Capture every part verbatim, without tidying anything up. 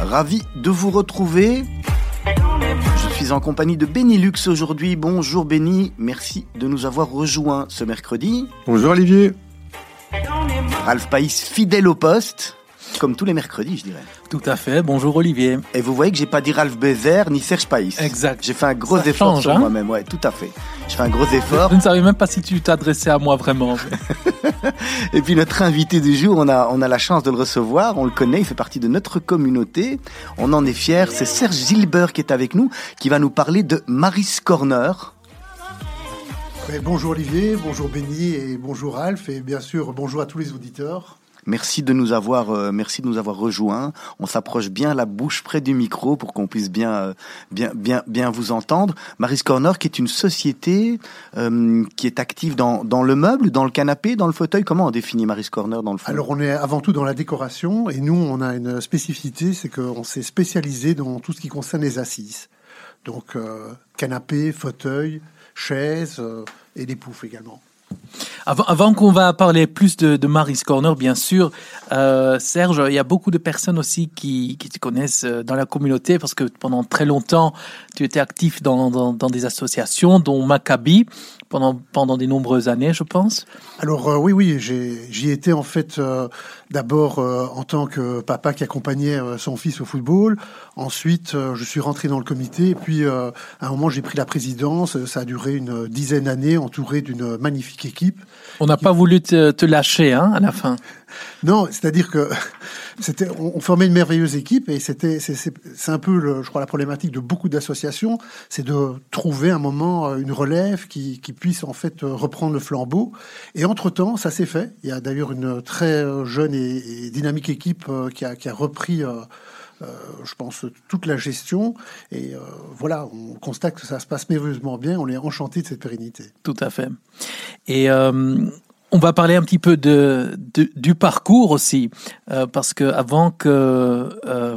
Ravi de vous retrouver. Je suis en compagnie de Benny Lux aujourd'hui. Bonjour Benny, merci de nous avoir rejoints ce mercredi. Bonjour Olivier. Ralph Païs, fidèle au poste, comme tous les mercredis, je dirais. Tout à fait, bonjour Olivier. Et vous voyez que j'ai pas dit Ralph Bézère ni Serge Païs. Exact. J'ai fait un gros Ça effort change, sur hein moi-même, ouais, tout à fait. Je fais un gros effort. Je ne savais même pas si tu t'adressais à moi vraiment. Et puis notre invité du jour, on a, on a la chance de le recevoir, on le connaît, il fait partie de notre communauté. On en est fiers, c'est Serge Gilbert qui est avec nous, qui va nous parler de Mary's Corner. Ouais, bonjour Olivier, bonjour Benny et bonjour Ralph et bien sûr bonjour à tous les auditeurs. Merci de nous avoir, euh, merci de nous avoir rejoints. On s'approche bien la bouche près du micro pour qu'on puisse bien, euh, bien, bien, bien vous entendre. Mary's Corner, qui est une société euh, qui est active dans dans le meuble, dans le canapé, dans le fauteuil. Comment on définit Mary's Corner dans le fond ? Alors on est avant tout dans la décoration et nous on a une spécificité, c'est qu'on s'est spécialisé dans tout ce qui concerne les assises. Donc euh, canapé, fauteuil, chaise euh, et des poufs également. Avant, avant qu'on va parler plus de, de Mary's Corner, bien sûr, euh, Serge, il y a beaucoup de personnes aussi qui, qui te connaissent dans la communauté parce que pendant très longtemps, tu étais actif dans, dans, dans des associations, dont Maccabi, pendant, pendant de nombreuses années, je pense. Alors euh, oui, oui, j'ai, j'y étais en fait euh, d'abord euh, en tant que papa qui accompagnait euh, son fils au football. Ensuite, euh, je suis rentré dans le comité et puis euh, à un moment, j'ai pris la présidence. Ça a duré une dizaine d'années, entouré d'une magnifique équipe. On n'a pas voulu te, te lâcher hein, à la fin. Non, c'est-à-dire que c'était, on, on formait une merveilleuse équipe et c'était, c'est, c'est, c'est un peu, le, je crois, la problématique de beaucoup d'associations, c'est de trouver un moment, une relève qui, qui puisse en fait reprendre le flambeau. Et entre-temps, ça s'est fait. Il y a d'ailleurs une très jeune et, et dynamique équipe qui a, qui a repris, euh, euh, je pense, toute la gestion. Et euh, voilà, on constate que ça se passe merveilleusement bien. On est enchanté de cette pérennité. Tout à fait. Et euh, on va parler un petit peu de, de du parcours aussi, euh, parce que avant que euh,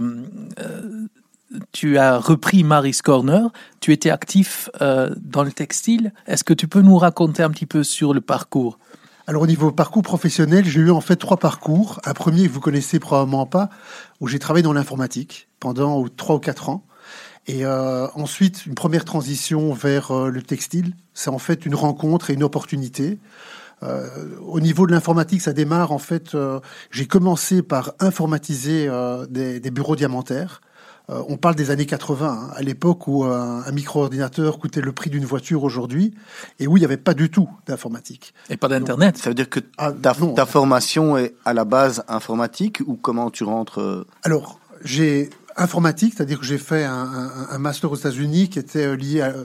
euh, tu as repris Mary's Corner, tu étais actif euh, dans le textile. Est-ce que tu peux nous raconter un petit peu sur le parcours ? Alors au niveau parcours professionnel, j'ai eu en fait trois parcours. Un premier que vous connaissez probablement pas, où j'ai travaillé dans l'informatique pendant trois ou quatre ans. Et euh, ensuite, une première transition vers euh, le textile. C'est en fait une rencontre et une opportunité. Euh, au niveau de l'informatique, ça démarre en fait. Euh, j'ai commencé par informatiser euh, des, des bureaux diamantaires. Euh, on parle des années quatre-vingts, hein, à l'époque où euh, un micro-ordinateur coûtait le prix d'une voiture aujourd'hui, et où il n'y avait pas du tout d'informatique. Et pas d'internet. Ça veut dire que Ah, ta, non. ta formation est à la base informatique ou comment tu rentres euh... Alors, j'ai informatique, c'est-à-dire que j'ai fait un, un, un master aux États-Unis qui était lié à,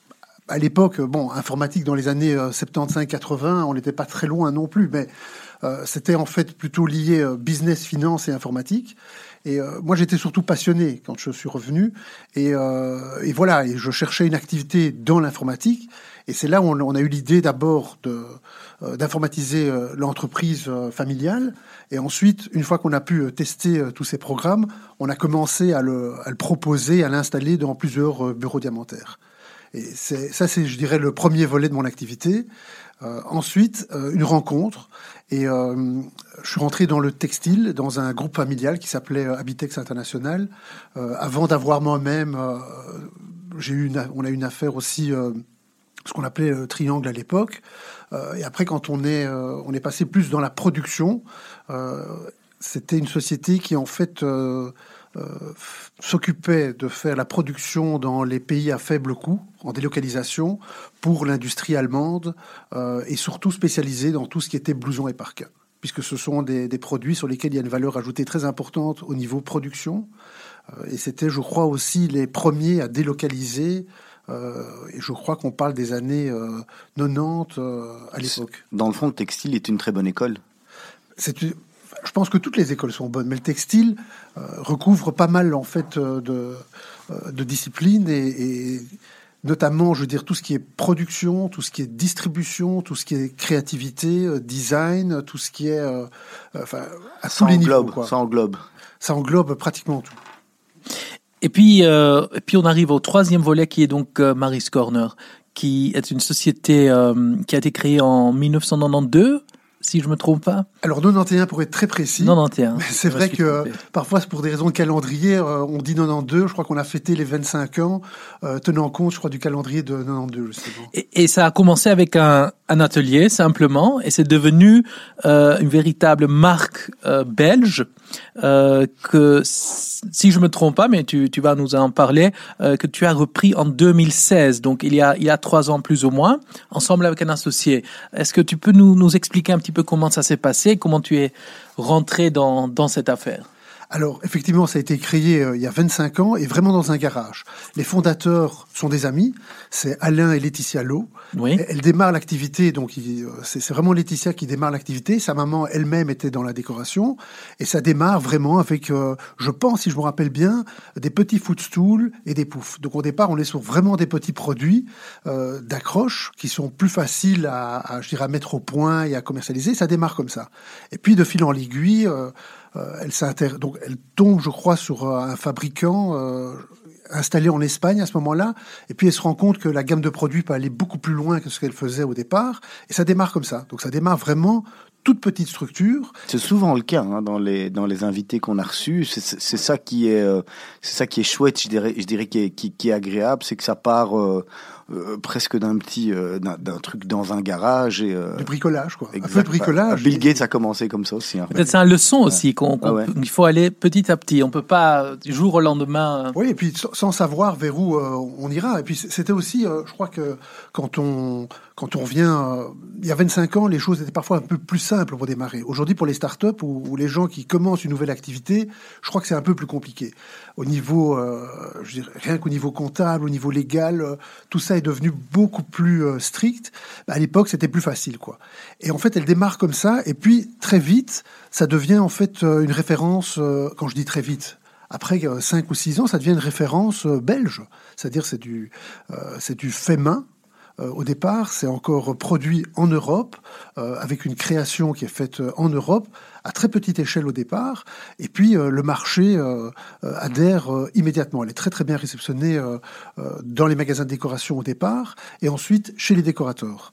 à l'époque, bon, informatique dans les années soixante-quinze quatre-vingts, on n'était pas très loin non plus, mais euh, c'était en fait plutôt lié euh, business, finance et informatique. Et euh, moi, j'étais surtout passionné quand je suis revenu. Et, euh, et voilà, et je cherchais une activité dans l'informatique. Et c'est là où on, on a eu l'idée d'abord de, euh, d'informatiser euh, l'entreprise euh, familiale. Et ensuite, une fois qu'on a pu tester euh, tous ces programmes, on a commencé à le, à le proposer, à l'installer dans plusieurs euh, bureaux diamantaires. Et c'est, ça, c'est, je dirais, le premier volet de mon activité. Euh, ensuite, euh, une rencontre. Et euh, je suis rentré dans le textile, dans un groupe familial qui s'appelait Habitex International. Euh, avant d'avoir moi-même, euh, j'ai eu une, on a eu une affaire aussi, euh, ce qu'on appelait le triangle à l'époque. Euh, et après, quand on est, euh, on est passé plus dans la production, euh, c'était une société qui, en fait, euh, euh, s'occupait de faire la production dans les pays à faible coût, en délocalisation, pour l'industrie allemande, euh, et surtout spécialisée dans tout ce qui était blouson et parka, puisque ce sont des, des produits sur lesquels il y a une valeur ajoutée très importante au niveau production. Euh, et c'était, je crois, aussi les premiers à délocaliser. Euh, et je crois qu'on parle des années euh, quatre-vingt-dix euh, à l'époque. Dans le fond, le textile est une très bonne école. C'est une... Je pense que toutes les écoles sont bonnes, mais le textile euh, recouvre pas mal en fait euh, de, euh, de disciplines et, et notamment, je veux dire, tout ce qui est production, tout ce qui est distribution, tout ce qui est créativité, euh, design, tout ce qui est, euh, euh, enfin, à ça tous les englobe, niveaux, quoi. Ça englobe. Ça englobe pratiquement tout. Et puis, euh, et puis on arrive au troisième volet qui est donc euh, Mary's Corner, qui est une société euh, qui a été créée en dix-neuf cent quatre-vingt-douze. si je me trompe pas. Alors quatre-vingt-onze pour être très précis. quatre-vingt-onze. Mais c'est vrai que trompé. Parfois, c'est pour des raisons de calendrier, euh, on dit quatre-vingt-douze. Je crois qu'on a fêté les vingt-cinq ans, euh, tenant compte, je crois, du calendrier de quatre-vingt-douze. Justement. Et, et ça a commencé avec un, un atelier simplement, et c'est devenu euh, une véritable marque euh, belge euh, que, si je me trompe pas, mais tu, tu vas nous en parler, euh, que tu as repris en deux mille seize, donc il y a il y a trois ans plus ou moins, ensemble avec un associé. Est-ce que tu peux nous nous expliquer un petit peu comment ça s'est passé, comment tu es rentré dans dans cette affaire? Alors, effectivement, ça a été créé euh, il y a vingt-cinq ans et vraiment dans un garage. Les fondateurs sont des amis, c'est Alain et Laetitia Lowe. Oui. Elle démarre l'activité, donc il, c'est, c'est vraiment Laetitia qui démarre l'activité. Sa maman elle-même était dans la décoration et ça démarre vraiment avec, euh, je pense, si je me rappelle bien, des petits footstools et des poufs. Donc au départ, on est sur vraiment des petits produits euh, d'accroche qui sont plus faciles à, à, je dirais, à mettre au point et à commercialiser. Ça démarre comme ça. Et puis de fil en aiguille, euh, Euh, elle, s'inter... Donc, elle tombe, je crois, sur euh, un fabricant euh, installé en Espagne à ce moment-là. Et puis, elle se rend compte que la gamme de produits peut aller beaucoup plus loin que ce qu'elle faisait au départ. Et ça démarre comme ça. Donc, ça démarre vraiment toute petite structure. C'est souvent le cas hein, dans les dans les invités qu'on a reçus. C'est, c'est, c'est ça qui est euh, c'est ça qui est chouette. Je dirais je dirais qui est qui, qui est agréable, c'est que ça part euh, euh, presque d'un petit euh, d'un, d'un truc dans un garage et euh, du bricolage quoi. Exact. Un peu de bricolage. Bill Gates a commencé comme ça aussi. Hein. Peut-être c'est une leçon aussi qu'on, qu'on ah ouais. il faut aller petit à petit. On peut pas du jour au lendemain. Oui, et puis sans savoir vers où euh, on ira. Et puis c'était aussi, euh, je crois que quand on quand on revient, euh, il y a vingt-cinq ans, les choses étaient parfois un peu plus simples pour démarrer. Aujourd'hui, pour les startups ou, ou les gens qui commencent une nouvelle activité, je crois que c'est un peu plus compliqué. Au niveau, euh, je dirais, rien qu'au niveau comptable, au niveau légal, euh, tout ça est devenu beaucoup plus euh, strict. Bah, à l'époque, c'était plus facile, quoi. Et en fait, elle démarre comme ça, et puis très vite, ça devient en fait euh, une référence. Euh, quand je dis très vite. Après euh, cinq ou six ans, ça devient une référence euh, belge. C'est-à-dire, c'est du, euh, c'est du fait main. Euh, au départ, c'est encore produit en Europe, euh, avec une création qui est faite en Europe, à très petite échelle au départ. Et puis, euh, le marché euh, euh, adhère euh, immédiatement. Elle est très, très bien réceptionnée euh, euh, dans les magasins de décoration au départ, et ensuite chez les décorateurs.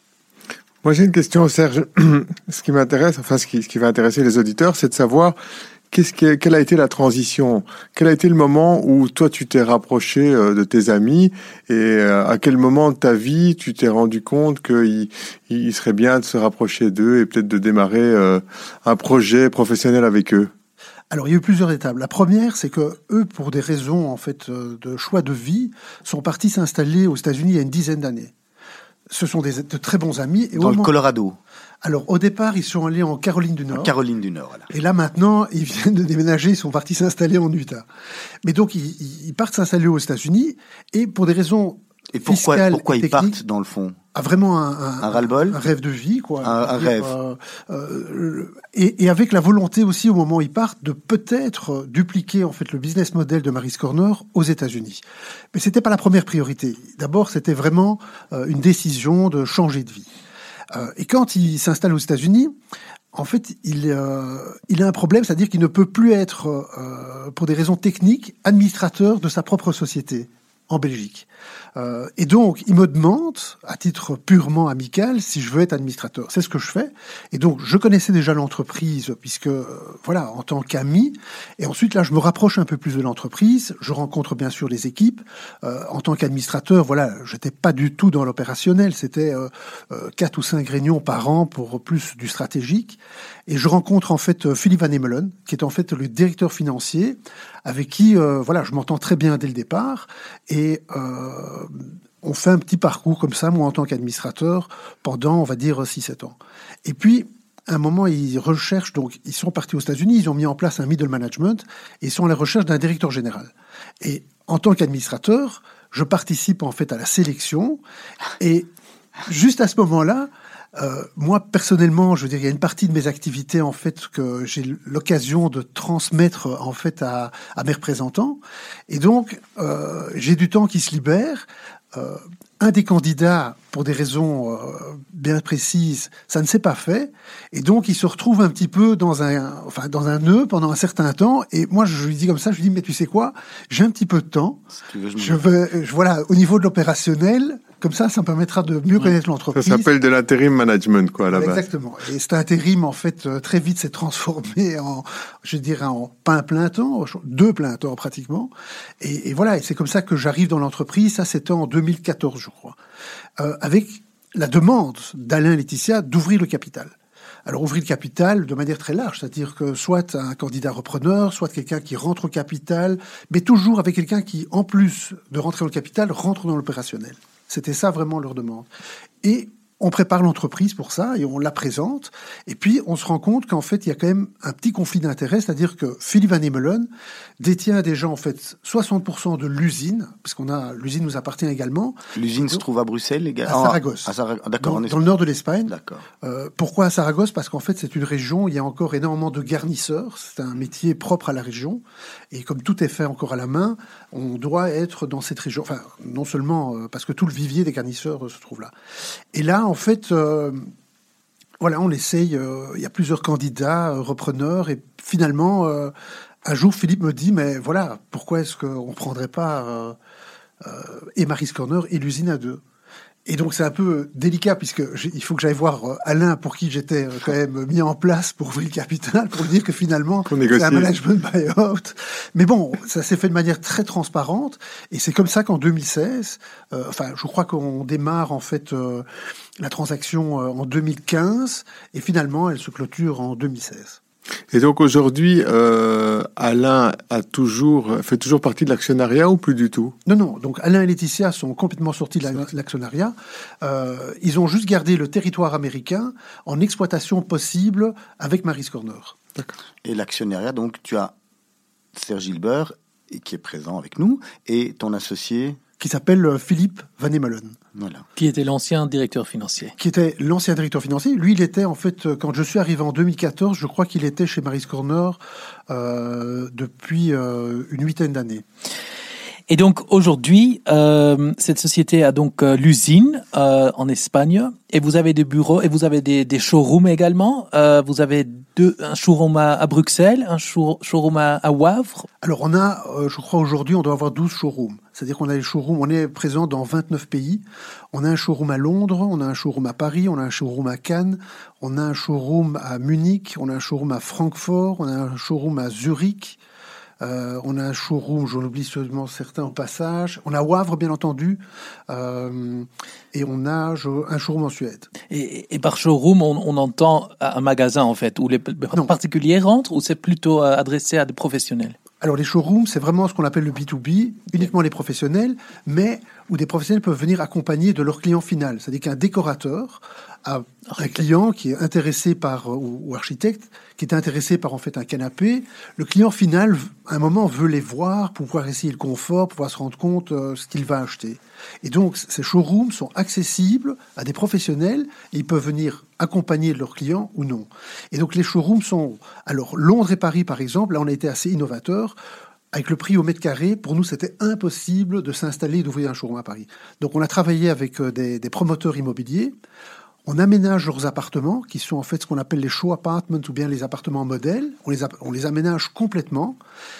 Moi, j'ai une question, Serge. Ce qui m'intéresse, enfin, ce qui, ce qui va intéresser les auditeurs, c'est de savoir Qu'est-ce que, quelle a été la transition ? Quel a été le moment où toi tu t'es rapproché de tes amis et à quel moment de ta vie tu t'es rendu compte qu'il il serait bien de se rapprocher d'eux et peut-être de démarrer un projet professionnel avec eux ? Alors, il y a eu plusieurs étapes. La première, c'est que eux, pour des raisons en fait de choix de vie, sont partis s'installer aux États-Unis il y a une dizaine d'années. Ce sont des, de très bons amis. Et Dans au le moment... Colorado. Alors, au départ, ils sont allés en Caroline du Nord. En Caroline du Nord, voilà. Et là, maintenant, ils viennent de déménager, ils sont partis s'installer en Utah. Mais donc, ils, ils partent s'installer aux États-Unis, et pour des raisons et pourquoi, fiscales pourquoi et ils techniques, partent, dans le fond ? A vraiment un, un, un ras-le-bol, un rêve de vie, quoi. Un, un dire, rêve. Euh, euh, et, et avec la volonté aussi, au moment où ils partent, de peut-être dupliquer en fait le business model de Mary's Corner aux États-Unis. Mais c'était pas la première priorité. D'abord, c'était vraiment euh, une décision de changer de vie. Euh, et quand il s'installe aux États-Unis, en fait, il, euh, il a un problème, c'est-à-dire qu'il ne peut plus être, euh, pour des raisons techniques, administrateur de sa propre société en Belgique. Euh, et donc, il me demande, à titre purement amical, si je veux être administrateur. C'est ce que je fais. Et donc, je connaissais déjà l'entreprise, puisque, euh, voilà, en tant qu'ami. Et ensuite, là, je me rapproche un peu plus de l'entreprise. Je rencontre bien sûr les équipes. Euh, en tant qu'administrateur, voilà, j'étais pas du tout dans l'opérationnel. C'était euh, euh, quatre ou cinq réunions par an pour plus du stratégique. Et je rencontre en fait Philippe Van Hemelen, qui est en fait le directeur financier, avec qui, euh, voilà, je m'entends très bien dès le départ. Et euh, on fait un petit parcours comme ça, moi en tant qu'administrateur, pendant, on va dire, six sept ans. Et puis, à un moment, ils recherchent, donc ils sont partis aux États-Unis, ils ont mis en place un middle management, et ils sont à la recherche d'un directeur général. Et en tant qu'administrateur, je participe en fait à la sélection, et juste à ce moment-là, Euh, moi, personnellement, je veux dire, il y a une partie de mes activités, en fait, que j'ai l'occasion de transmettre, en fait, à, à mes représentants. Et donc, euh, j'ai du temps qui se libère. Euh, un des candidats, pour des raisons euh, bien précises, ça ne s'est pas fait. Et donc, il se retrouve un petit peu dans un, enfin, dans un nœud pendant un certain temps. Et moi, je lui dis comme ça, je lui dis, mais tu sais quoi, j'ai un petit peu de temps. Si tu veux, je, je veux, je, voilà, au niveau de l'opérationnel, Comme ça, ça me permettra de mieux connaître l'entreprise. Ça s'appelle de l'intérim management, quoi, à la base. Exactement. Et cet intérim, en fait, euh, très vite s'est transformé en, je dirais, en pas un plein temps, deux plein temps pratiquement. Et, et voilà, et c'est comme ça que j'arrive dans l'entreprise. Ça, c'était en deux mille quatorze, je crois, euh, avec la demande d'Alain Laetitia d'ouvrir le capital. Alors, ouvrir le capital de manière très large, c'est-à-dire que soit un candidat repreneur, soit quelqu'un qui rentre au capital, mais toujours avec quelqu'un qui, en plus de rentrer dans le capital, rentre dans l'opérationnel. C'était ça vraiment leur demande. Et on prépare l'entreprise pour ça et on la présente. Et puis, on se rend compte qu'en fait, il y a quand même un petit conflit d'intérêts, c'est-à-dire que Philippe Van Hemelen détient déjà, en fait, soixante pour cent de l'usine, parce qu'on a, l'usine nous appartient également. L'usine se trouve à Bruxelles, les gars? À Saragosse. Ah, à Saragosse. D'accord. Dans, dans le nord de l'Espagne. D'accord. Euh, pourquoi à Saragosse? Parce qu'en fait, c'est une région où il y a encore énormément de garnisseurs. C'est un métier propre à la région. Et comme tout est fait encore à la main, on doit être dans cette région. Enfin, non seulement euh, parce que tout le vivier des garnisseurs euh, se trouve là. Et là, en fait, euh, voilà, on essaye. Euh, il y a plusieurs candidats, euh, repreneurs, et finalement, euh, un jour, Philippe me dit, mais voilà, pourquoi est-ce qu'on ne prendrait pas euh, euh, et Mary's Corner et l'usine à deux? Et donc c'est un peu délicat puisque il faut que j'aille voir Alain pour qui j'étais quand même mis en place pour ouvrir le capital, pour lui dire que finalement c'est un management buyout. Mais bon, ça s'est fait de manière très transparente et c'est comme ça qu'en deux mille seize, euh, enfin je crois qu'on démarre en fait euh, la transaction euh, en deux mille quinze et finalement elle se clôture en deux mille seize. Et donc aujourd'hui, euh, Alain a toujours, fait toujours partie de l'actionnariat ou plus du tout? Non, non. Donc Alain et Laetitia sont complètement sortis de l'actionnariat. Euh, ils ont juste gardé le territoire américain en exploitation possible avec Mary's Corner. D'accord. Et l'actionnariat, donc tu as Serge Gilbert qui est présent avec nous et ton associé qui s'appelle Philippe Van Hemelen. Voilà. Qui était l'ancien directeur financier. Qui était l'ancien directeur financier. Lui, il était, en fait, quand je suis arrivé en deux mille quatorze, je crois qu'il était chez Mary's Corner euh, depuis euh, une huitaine d'années. Et donc, aujourd'hui, euh, cette société a donc euh, l'usine euh, en Espagne, et vous avez des bureaux, et vous avez des, des showrooms également. Euh, vous avez deux, un showroom à, à Bruxelles, un show, showroom à, à Wavre. Alors, on a, euh, je crois, aujourd'hui, on doit avoir douze showrooms. C'est-à-dire qu'on a les showrooms, on est présent dans vingt-neuf pays. On a un showroom à Londres, on a un showroom à Paris, on a un showroom à Cannes, on a un showroom à Munich, on a un showroom à Francfort, on a un showroom à Zurich. Euh, on a un showroom, j'en oublie seulement certains au passage. On a Wavre, bien entendu. Euh, et on a un showroom en Suède. Et, et par showroom, on, on entend un magasin, en fait, où les non. particuliers rentrent, ou c'est plutôt adressé à des professionnels? Alors, les showrooms, c'est vraiment ce qu'on appelle le B deux B, uniquement les professionnels, mais où des professionnels peuvent venir accompagner de leur client final. C'est-à-dire qu'un décorateur a un client qui est intéressé par, ou, ou architecte, qui est intéressé par en fait un canapé. Le client final, à un moment, veut les voir pour pouvoir essayer le confort, pour pouvoir se rendre compte euh, ce qu'il va acheter. Et donc, ces showrooms sont accessibles à des professionnels et ils peuvent venir accompagner leurs clients ou non. Et donc, les showrooms sont... Alors, Londres et Paris, par exemple, là, on a été assez innovateurs. Avec le prix au mètre carré, pour nous, c'était impossible de s'installer et d'ouvrir un showroom à Paris. Donc, on a travaillé avec des, des promoteurs immobiliers. On aménage leurs appartements, qui sont en fait ce qu'on appelle les show apartments ou bien les appartements modèles. On les, on les aménage complètement.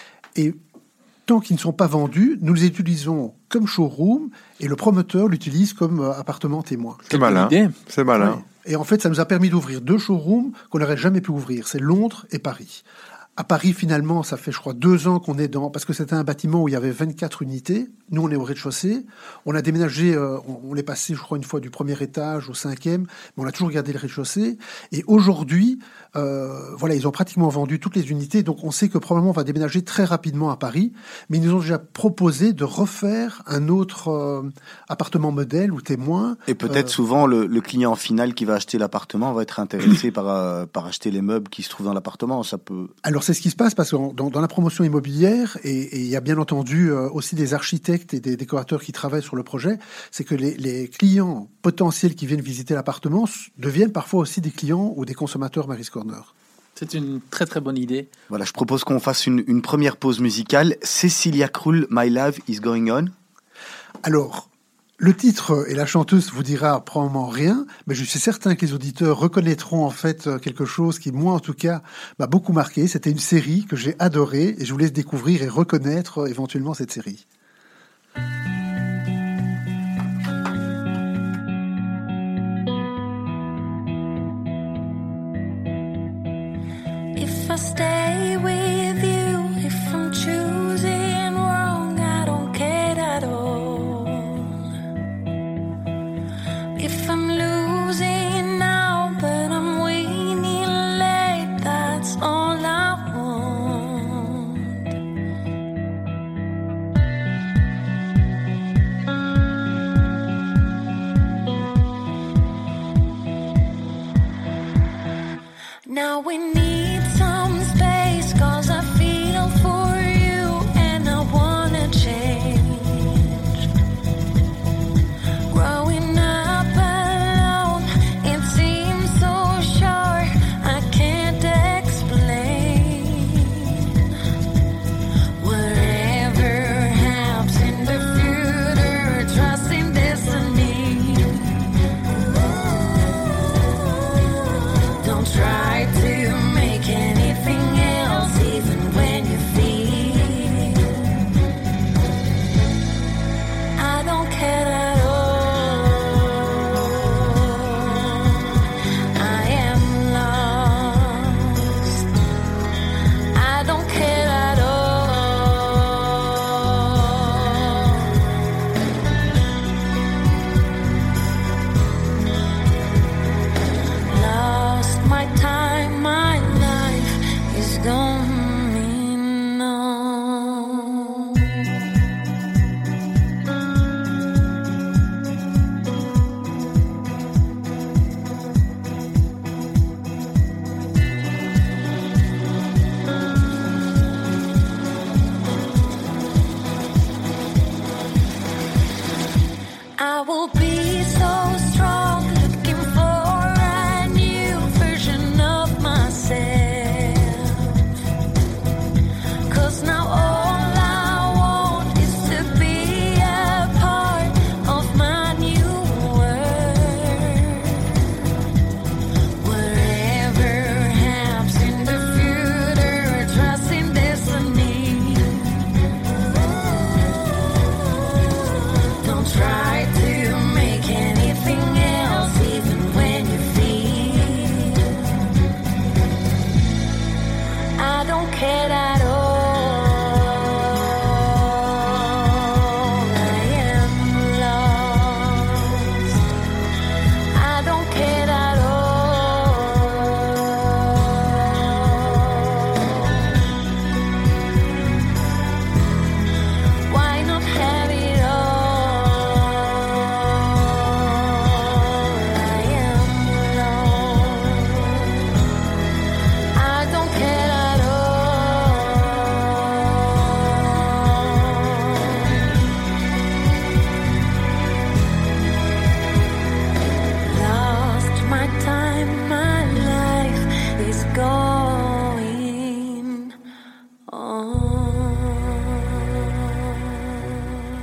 Et tant qu'ils ne sont pas vendus, nous les utilisons comme showroom et le promoteur l'utilise comme appartement témoin. C'est malin. C'est malin. Ouais. Et en fait, ça nous a permis d'ouvrir deux showrooms qu'on n'aurait jamais pu ouvrir. C'est Londres et Paris. À Paris, finalement, ça fait, je crois, deux ans qu'on est dans... Parce que c'était un bâtiment où il y avait vingt-quatre unités. Nous, on est au rez-de-chaussée. On a déménagé, euh, on, on est passé, je crois, une fois du premier étage au cinquième. Mais on a toujours gardé le rez-de-chaussée. Et aujourd'hui, euh, voilà, ils ont pratiquement vendu toutes les unités. Donc, on sait que probablement, on va déménager très rapidement à Paris. Mais ils nous ont déjà proposé de refaire un autre euh, appartement modèle ou témoin. Et peut-être euh... souvent, le, le client final qui va acheter l'appartement va être intéressé par, euh, par acheter les meubles qui se trouvent dans l'appartement. Ça peut... Alors, c'est ce qui se passe parce que dans, dans la promotion immobilière, et il y a bien entendu euh, aussi des architectes et des décorateurs qui travaillent sur le projet, c'est que les, les clients potentiels qui viennent visiter l'appartement deviennent parfois aussi des clients ou des consommateurs Mary's Corner. C'est une très très bonne idée. Voilà, je propose qu'on fasse une, une première pause musicale. Cecilia Krull, My Love is Going On. Alors... Le titre et la chanteuse vous dira probablement rien, mais je suis certain que les auditeurs reconnaîtront en fait quelque chose qui, moi en tout cas, m'a beaucoup marqué. C'était une série que j'ai adorée et je vous laisse découvrir et reconnaître éventuellement cette série.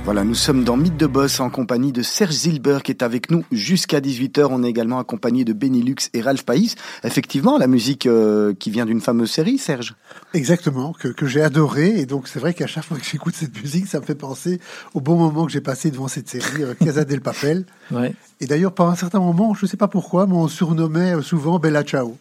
Voilà, nous sommes dans Mythe de Boss en compagnie de Serge Zilber qui est avec nous jusqu'à dix-huit heures. On est également accompagné de Benilux et Ralph Païs. Effectivement, la musique euh, qui vient d'une fameuse série, Serge. Exactement, que, que j'ai adoré. Et donc, c'est vrai qu'à chaque fois que j'écoute cette musique, ça me fait penser au bon moment que j'ai passé devant cette série, euh, Casa del Papel. Ouais. Et d'ailleurs, par un certain moment, je ne sais pas pourquoi, mais on surnommait souvent Bella Ciao.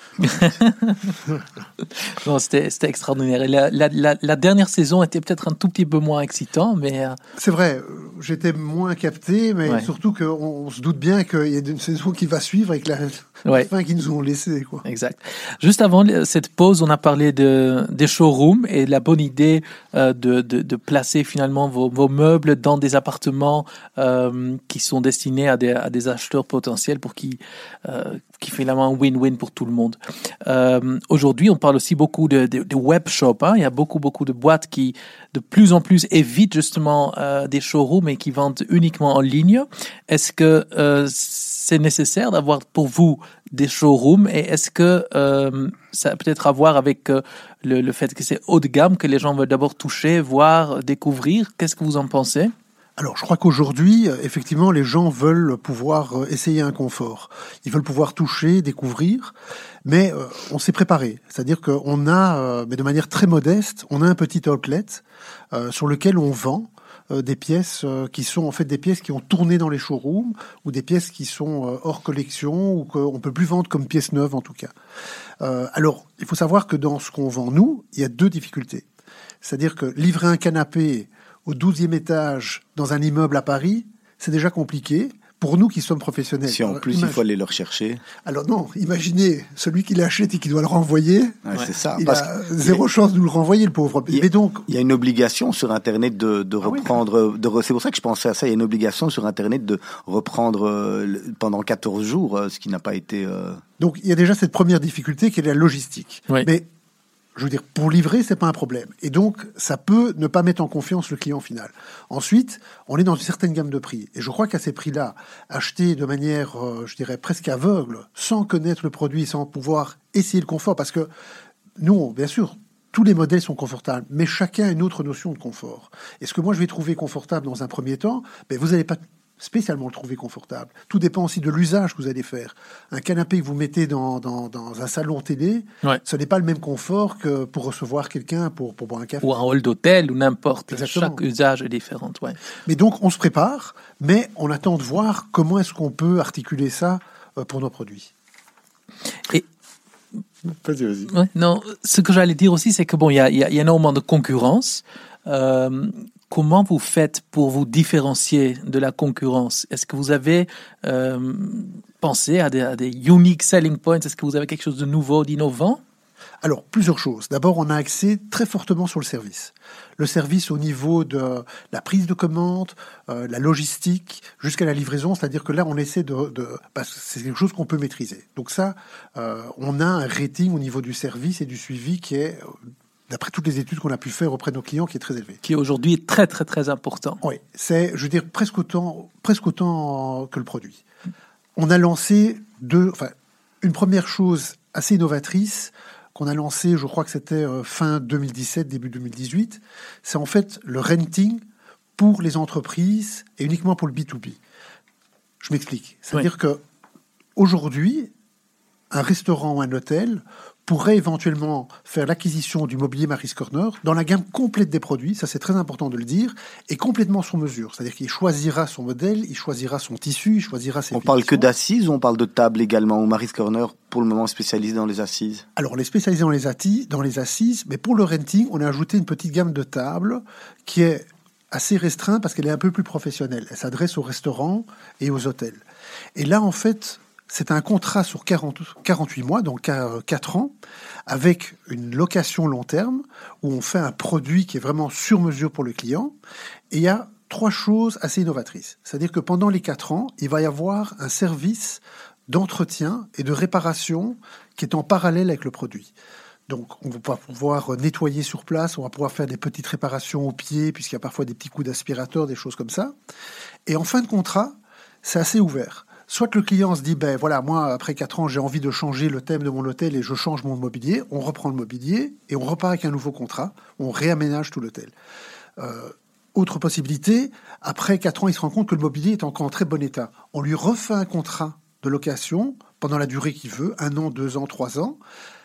Non, c'était, c'était extraordinaire. Et la, la, la, la dernière saison était peut-être un tout petit peu moins excitant, mais... Euh... C'est vrai, j'étais moins capté, mais ouais. surtout qu'on on se doute bien qu'il y a une saison qui va suivre avec la, ouais. la fin qu'ils nous ont laissé, quoi. Exact. Juste avant cette pause, on a parlé de, des showrooms et de la bonne idée euh, de, de, de placer finalement vos, vos meubles dans des appartements euh, qui sont destinés à des, à des acheteurs potentiels pour qui, euh, qui fait finalement un win-win pour tout le monde. Euh, aujourd'hui, on parle aussi beaucoup de, de, de web shop. Hein. Il y a beaucoup, beaucoup de boîtes qui, de plus en plus, évitent justement euh, des showrooms et qui vendent uniquement en ligne. Est-ce que euh, c'est nécessaire d'avoir pour vous des showrooms et est-ce que euh, ça a peut-être à voir avec euh, le, le fait que c'est haut de gamme, que les gens veulent d'abord toucher, voir, découvrir? Qu'est-ce que vous en pensez? Alors, je crois qu'aujourd'hui, effectivement, les gens veulent pouvoir essayer un confort. Ils veulent pouvoir toucher, découvrir, mais euh, on s'est préparé. C'est-à-dire qu'on a, euh, mais de manière très modeste, on a un petit outlet euh, sur lequel on vend euh, des pièces euh, qui sont en fait des pièces qui ont tourné dans les showrooms ou des pièces qui sont euh, hors collection ou qu'on peut plus vendre comme pièces neuves en tout cas. Euh, alors, il faut savoir que dans ce qu'on vend nous, il y a deux difficultés. C'est-à-dire que livrer un canapé au douzième étage dans un immeuble à Paris, c'est déjà compliqué pour nous qui sommes professionnels. Si en plus Imagine... il faut aller le rechercher. Alors non, imaginez celui qui l'achète et qui doit le renvoyer. Ouais, ouais. C'est ça. Il Parce a zéro a... chance de nous le renvoyer, le pauvre. Il y a, Mais donc, il y a une obligation sur Internet de, de reprendre. Ah oui. de, c'est pour ça que je pensais à ça. Il y a une obligation sur Internet de reprendre euh, pendant quatorze jours, euh, ce qui n'a pas été. Euh... Donc il y a déjà cette première difficulté qui est la logistique. Oui. Mais je veux dire, pour livrer, c'est pas un problème. Et donc, ça peut ne pas mettre en confiance le client final. Ensuite, on est dans une certaine gamme de prix. Et je crois qu'à ces prix-là, acheter de manière, euh, je dirais, presque aveugle, sans connaître le produit, sans pouvoir essayer le confort, parce que nous, bien sûr, tous les modèles sont confortables, mais chacun a une autre notion de confort. Et ce que moi, je vais trouver confortable dans un premier temps, ben, vous n'allez pas spécialement le trouver confortable. Tout dépend aussi de l'usage que vous allez faire. Un canapé que vous mettez dans, dans, dans un salon télé, ouais. ce n'est pas le même confort que pour recevoir quelqu'un pour, pour boire un café. Ou un hall d'hôtel, ou n'importe. Exactement. Chaque usage est différent. Ouais. Mais donc, on se prépare, mais on attend de voir comment est-ce qu'on peut articuler ça pour nos produits. Et Vas-y, vas-y. Ouais, non, ce que j'allais dire aussi, c'est que bon, il y a, y a énormément de concurrence. Euh, Comment vous faites pour vous différencier de la concurrence? Est-ce que vous avez euh, pensé à des, à des unique selling points? Est-ce que vous avez quelque chose de nouveau, d'innovant? Alors, plusieurs choses. D'abord, on a axé très fortement sur le service. Le service au niveau de la prise de commande, euh, la logistique, jusqu'à la livraison. C'est-à-dire que là, on essaie de... de parce que c'est quelque chose qu'on peut maîtriser. Donc ça, euh, on a un rating au niveau du service et du suivi qui est... d'après toutes les études qu'on a pu faire auprès de nos clients, qui est très élevé. Qui aujourd'hui est très, très, très important. Oui, c'est, je veux dire, presque autant, presque autant que le produit. On a lancé deux, enfin, une première chose assez innovatrice qu'on a lancée, je crois que c'était fin deux mille dix-sept, début deux mille dix-huit, c'est en fait le renting pour les entreprises et uniquement pour le B deux B. Je m'explique. C'est-à-dire oui. que aujourd'hui, un restaurant ou un hôtel pourrait éventuellement faire l'acquisition du mobilier Mary's Corner dans la gamme complète des produits, ça c'est très important de le dire, et complètement sur mesure. C'est-à-dire qu'il choisira son modèle, il choisira son tissu, il choisira ses On parle que d'assises ou on parle de table également, ou Mary's Corner pour le moment spécialisé dans les assises? Alors on est spécialisé dans les, atti- dans les assises, mais pour le renting, on a ajouté une petite gamme de tables qui est assez restreinte parce qu'elle est un peu plus professionnelle. Elle s'adresse aux restaurants et aux hôtels. Et là en fait... c'est un contrat sur quarante, quarante-huit mois, donc quatre ans, avec une location long terme, où on fait un produit qui est vraiment sur mesure pour le client. Et il y a trois choses assez innovatrices. C'est-à-dire que pendant les quatre ans, il va y avoir un service d'entretien et de réparation qui est en parallèle avec le produit. Donc, on va pouvoir nettoyer sur place, on va pouvoir faire des petites réparations aux pieds, puisqu'il y a parfois des petits coups d'aspirateur, des choses comme ça. Et en fin de contrat, c'est assez ouvert. Soit le client se dit, ben voilà, moi, après quatre ans, j'ai envie de changer le thème de mon hôtel et je change mon mobilier. On reprend le mobilier et on repart avec un nouveau contrat. On réaménage tout l'hôtel. Euh, autre possibilité, après quatre ans, il se rend compte que le mobilier est encore en très bon état. On lui refait un contrat de location pendant la durée qu'il veut, un an, deux ans, trois ans,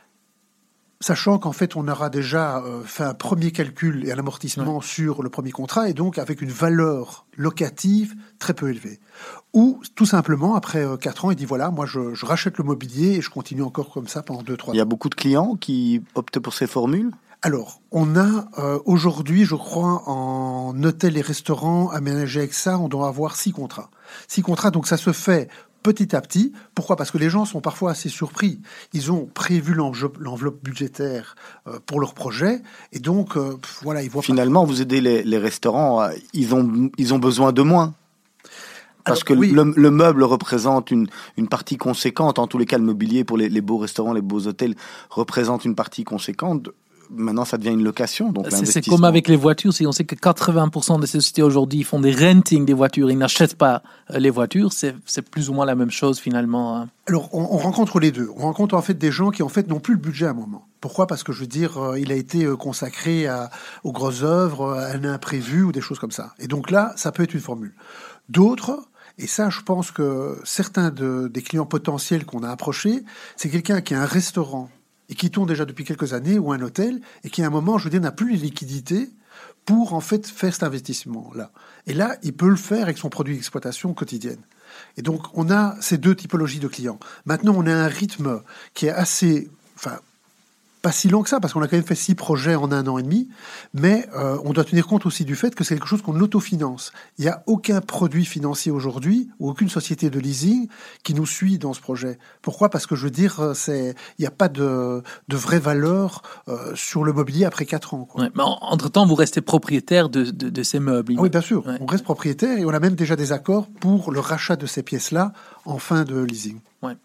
sachant qu'en fait, on aura déjà euh, fait un premier calcul et un amortissement ouais. sur le premier contrat, et donc avec une valeur locative très peu élevée. Ou, tout simplement, après euh, quatre ans, il dit, voilà, moi, je, je rachète le mobilier et je continue encore comme ça pendant deux, trois ans. Il y a beaucoup de clients qui optent pour ces formules ? Alors, on a euh, aujourd'hui, je crois, en hôtel et restaurant aménagés avec ça, on doit avoir six contrats. Six contrats, donc ça se fait petit à petit. Pourquoi ? Parce que les gens sont parfois assez surpris. Ils ont prévu l'enveloppe, l'enveloppe budgétaire euh, pour leur projet, et donc, euh, voilà, ils voient... Finalement, pas... vous aidez les, les restaurants, euh, ils ont, ils ont besoin de moins. Parce Alors, que oui. le, le meuble représente une, une partie conséquente. En tous les cas, le mobilier pour les, les beaux restaurants, les beaux hôtels représente une partie conséquente. Maintenant, ça devient une location. Donc c'est, c'est comme avec les voitures. Si on sait que quatre-vingts pour cent des sociétés aujourd'hui font des rentings des voitures, ils n'achètent pas les voitures, c'est, c'est plus ou moins la même chose finalement. Alors, on, on rencontre les deux. On rencontre en fait des gens qui en fait n'ont plus le budget à un moment. Pourquoi ? Parce que je veux dire, euh, il a été consacré à, aux grosses œuvres, à un imprévu ou des choses comme ça. Et donc là, ça peut être une formule. D'autres, et ça, je pense que certains de, des clients potentiels qu'on a approchés, c'est quelqu'un qui a un restaurant et qui tourne déjà depuis quelques années, ou un hôtel, et qui à un moment, je veux dire, n'a plus les liquidités pour en fait faire cet investissement-là. Et là, il peut le faire avec son produit d'exploitation quotidienne. Et donc, on a ces deux typologies de clients. Maintenant, on a un rythme qui est assez... Enfin, pas si long que ça, parce qu'on a quand même fait six projets en un an et demi, mais euh, on doit tenir compte aussi du fait que c'est quelque chose qu'on autofinance. Il n'y a aucun produit financier aujourd'hui, ou aucune société de leasing qui nous suit dans ce projet. Pourquoi ? Parce que je veux dire, c'est, il n'y a pas de, de vraie valeur euh, sur le mobilier après quatre ans, quoi. Ouais, mais entre-temps, vous restez propriétaire de, de, de ces meubles. Ah oui, bien sûr. Ouais. On reste propriétaire et on a même déjà des accords pour le rachat de ces pièces-là en fin de leasing. Ouais.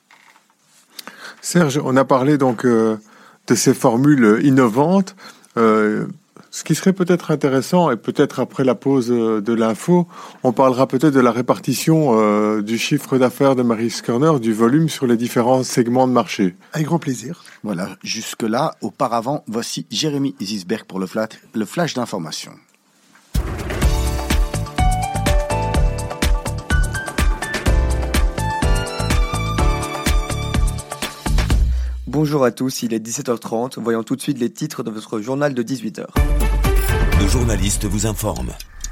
Serge, on a parlé donc... Euh... de ces formules innovantes. Euh, ce qui serait peut-être intéressant, et peut-être après la pause de l'info, on parlera peut-être de la répartition euh, du chiffre d'affaires de Mary's Corner, du volume sur les différents segments de marché. Avec grand plaisir. Voilà, jusque-là, auparavant, voici Jérémy Zisberg pour le, flat, le flash d'information. Bonjour à tous, il est dix-sept heures trente. Voyons tout de suite les titres de votre journal de dix-huit heures. Nos journalistes vous informent.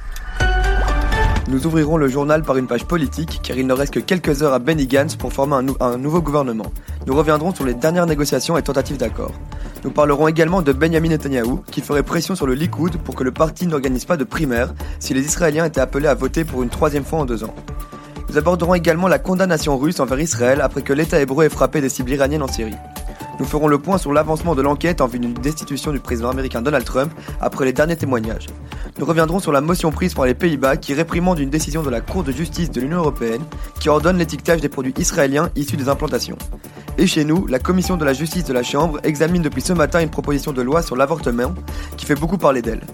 Nous ouvrirons le journal par une page politique, car il ne reste que quelques heures à Benny Gantz pour former un, nou- un nouveau gouvernement. Nous reviendrons sur les dernières négociations et tentatives d'accord. Nous parlerons également de Benjamin Netanyahou, qui ferait pression sur le Likoud pour que le parti n'organise pas de primaire si les Israéliens étaient appelés à voter pour une troisième fois en deux ans. Nous aborderons également la condamnation russe envers Israël après que l'État hébreu ait frappé des cibles iraniennes en Syrie. Nous ferons le point sur l'avancement de l'enquête en vue d'une destitution du président américain Donald Trump après les derniers témoignages. Nous reviendrons sur la motion prise par les Pays-Bas qui réprimande une décision de la Cour de justice de l'Union européenne qui ordonne l'étiquetage des produits israéliens issus des implantations. Et chez nous, la commission de la justice de la Chambre examine depuis ce matin une proposition de loi sur l'avortement qui fait beaucoup parler d'elle.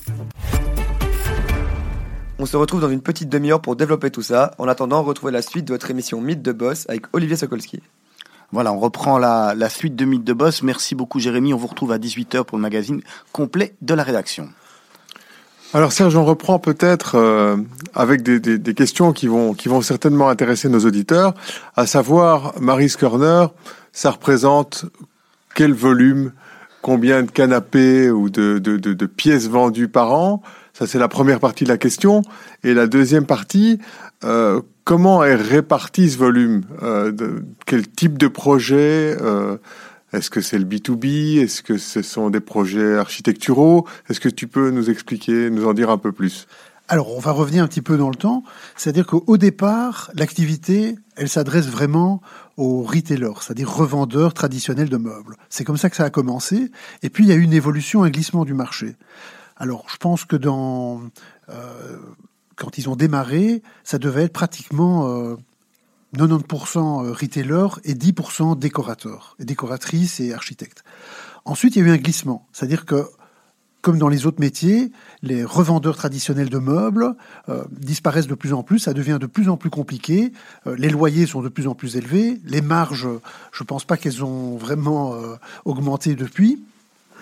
On se retrouve dans une petite demi-heure pour développer tout ça. En attendant, retrouvez la suite de votre émission Mythe de Boss avec Olivier Sokolski. Voilà, on reprend la, la suite de Mythe de Boss. Merci beaucoup Jérémy. On vous retrouve à dix-huit heures pour le magazine complet de la rédaction. Alors Serge, on reprend peut-être euh, avec des, des, des questions qui vont, qui vont certainement intéresser nos auditeurs, à savoir, Mary's Corner, ça représente quel volume, combien de canapés ou de, de, de, de pièces vendues par an? Ça, c'est la première partie de la question. Et la deuxième partie, euh, comment est réparti ce volume euh, de, quel type de projet euh, Est-ce que c'est le B deux B? Est-ce que ce sont des projets architecturaux? Est-ce que tu peux nous expliquer, nous en dire un peu plus? Alors, on va revenir un petit peu dans le temps. C'est-à-dire qu'au départ, l'activité, elle s'adresse vraiment aux retailers, c'est-à-dire revendeurs traditionnels de meubles. C'est comme ça que ça a commencé. Et puis, il y a eu une évolution, un glissement du marché. Alors, je pense que dans, euh, quand ils ont démarré, ça devait être pratiquement euh, quatre-vingt-dix pour cent retailers et dix pour cent décorateurs, et décoratrices et architectes. Ensuite, il y a eu un glissement, c'est-à-dire que, comme dans les autres métiers, les revendeurs traditionnels de meubles euh, disparaissent de plus en plus, ça devient de plus en plus compliqué, euh, les loyers sont de plus en plus élevés, les marges, je ne pense pas qu'elles ont vraiment euh, augmenté depuis.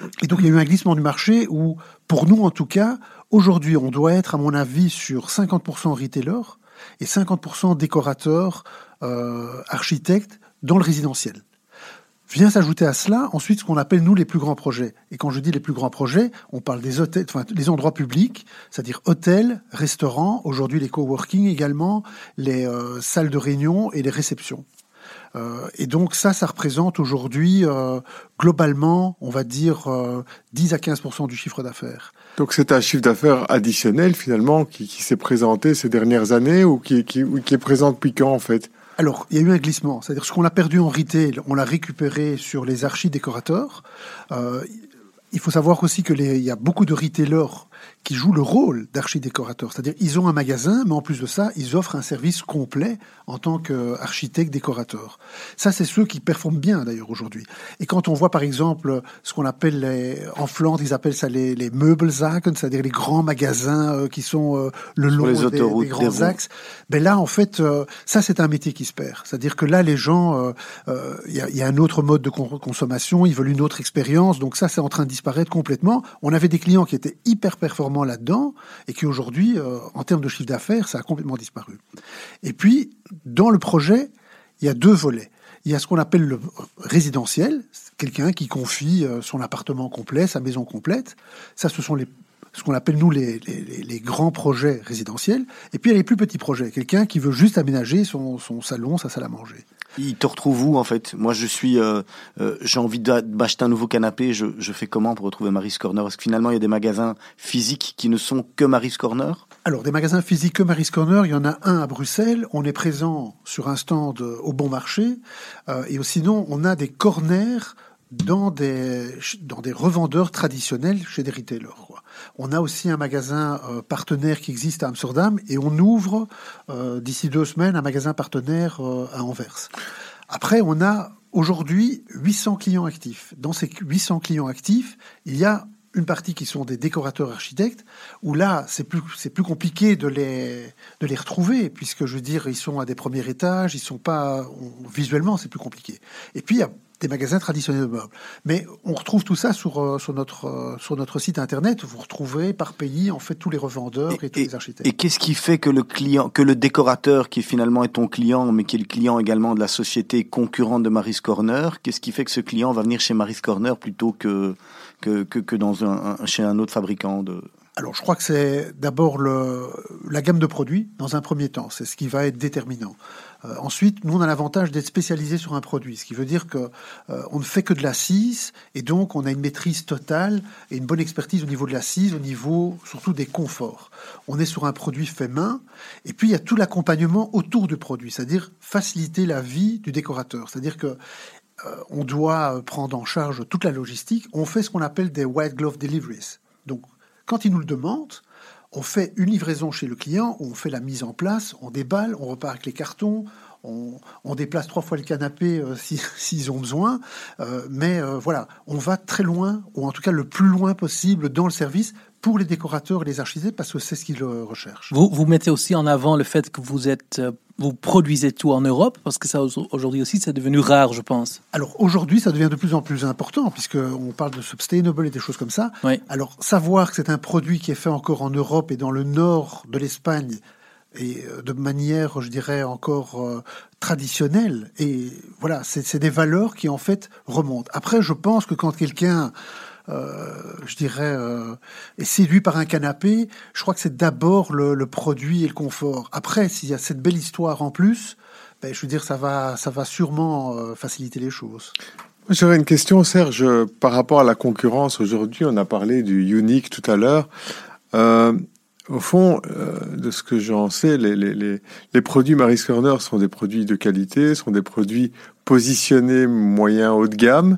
Et donc il y a eu un glissement du marché où, pour nous en tout cas, aujourd'hui on doit être, à mon avis, sur cinquante pour cent retailers et cinquante pour cent décorateurs, euh, architectes dans le résidentiel. Vient s'ajouter à cela ensuite ce qu'on appelle nous les plus grands projets. Et quand je dis les plus grands projets, on parle des hôtels, enfin les endroits publics, c'est-à-dire hôtels, restaurants, aujourd'hui les coworking également, les euh, salles de réunion et les réceptions. Euh, et donc ça, ça représente aujourd'hui euh, globalement, on va dire euh, dix à quinze pour cent du chiffre d'affaires. Donc c'est un chiffre d'affaires additionnel finalement qui, qui s'est présenté ces dernières années ou qui, qui, qui est présent depuis quand en fait ? Alors, il y a eu un glissement. C'est-à-dire ce qu'on a perdu en retail, on l'a récupéré sur les archi-décorateurs. Euh, il faut savoir aussi que les, il y a beaucoup de retailers qui jouent le rôle d'archidécorateurs. C'est-à-dire ils ont un magasin, mais en plus de ça, ils offrent un service complet en tant qu'architecte décorateur. Ça, c'est ceux qui performent bien d'ailleurs aujourd'hui. Et quand on voit par exemple ce qu'on appelle les, en Flandre, ils appellent ça les, les Meubelzaken, c'est-à-dire les grands magasins euh, qui sont euh, le long les des, autoroutes, des grands des axes. Ben là, en fait, euh, ça c'est un métier qui se perd. C'est-à-dire que là, les gens, il euh, euh, y, a, y a un autre mode de con- consommation, ils veulent une autre expérience. Donc ça, c'est en train de disparaître complètement. On avait des clients qui étaient hyper performants là-dedans et qui aujourd'hui, euh, en termes de chiffre d'affaires, ça a complètement disparu. Et puis, dans le projet, il y a deux volets. Il y a ce qu'on appelle le résidentiel, quelqu'un qui confie euh, son appartement complet, sa maison complète. Ça, ce sont les, ce qu'on appelle, nous, les, les, les grands projets résidentiels. Et puis, il y a les plus petits projets. Quelqu'un qui veut juste aménager son, son salon, sa salle à manger. Il te retrouve où en fait ? Moi je suis, euh, euh, j'ai envie de m'acheter un nouveau canapé, je, je fais comment pour retrouver Mary's Corner ? Est-ce que finalement il y a des magasins physiques qui ne sont que Mary's Corner ? Alors des magasins physiques que Mary's Corner, il y en a un à Bruxelles, on est présent sur un stand au Bon Marché, euh, et sinon on a des corners dans des, dans des revendeurs traditionnels chez des retailers, quoi. On a aussi un magasin euh, partenaire qui existe à Amsterdam et on ouvre euh, d'ici deux semaines un magasin partenaire euh, à Anvers. Après, on a aujourd'hui huit cents clients actifs. Dans ces huit cents clients actifs, il y a une partie qui sont des décorateurs architectes, où là, c'est plus, c'est plus compliqué de les, de les retrouver, puisque, je veux dire, ils sont à des premiers étages, ils sont pas, on, visuellement, c'est plus compliqué. Et puis, il y a des magasins traditionnels de meubles. Mais on retrouve tout ça sur, euh, sur, notre, euh, sur notre site internet. Vous retrouvez par pays, en fait, tous les revendeurs et, et tous et, les architectes. Et qu'est-ce qui fait que le client, que le décorateur, qui finalement est ton client, mais qui est le client également de la société concurrente de Mary's Corner, qu'est-ce qui fait que ce client va venir chez Mary's Corner plutôt que, que, que, que dans un, un, chez un autre fabricant de... Alors, je crois que c'est d'abord le, la gamme de produits, dans un premier temps. C'est ce qui va être déterminant. Euh, ensuite, nous, on a l'avantage d'être spécialisé sur un produit, ce qui veut dire que euh, on ne fait que de l'assise, et donc on a une maîtrise totale et une bonne expertise au niveau de l'assise, au niveau surtout des conforts. On est sur un produit fait main, et puis il y a tout l'accompagnement autour du produit, c'est-à-dire faciliter la vie du décorateur. C'est-à-dire que euh, on doit prendre en charge toute la logistique. On fait ce qu'on appelle des white glove deliveries. Donc, quand il nous le demande, on fait une livraison chez le client, on fait la mise en place, on déballe, on repart avec les cartons, on, on déplace trois fois le canapé euh, si, s'ils ont besoin. Euh, mais euh, voilà, on va très loin, ou en tout cas le plus loin possible dans le service pour les décorateurs et les architectes, parce que c'est ce qu'ils recherchent. Vous, vous mettez aussi en avant le fait que vous êtes, vous produisez tout en Europe, parce que ça aujourd'hui aussi c'est devenu rare, je pense. Alors aujourd'hui, ça devient de plus en plus important, puisqu'on parle de sustainable et des choses comme ça. Oui. Alors savoir que c'est un produit qui est fait encore en Europe et dans le nord de l'Espagne, et de manière, je dirais, encore euh, traditionnelle, et voilà, c'est, c'est des valeurs qui en fait remontent. Après, je pense que quand quelqu'un Euh, je dirais, euh, est séduit par un canapé, je crois que c'est d'abord le, le produit et le confort. Après, s'il y a cette belle histoire en plus, ben, je veux dire, ça va, ça va sûrement euh, faciliter les choses. J'aurais une question, Serge, par rapport à la concurrence. Aujourd'hui, on a parlé du unique tout à l'heure. Euh, au fond, euh, de ce que j'en sais, les, les, les, les produits Mary's Corner sont des produits de qualité, sont des produits positionnés moyen haut de gamme.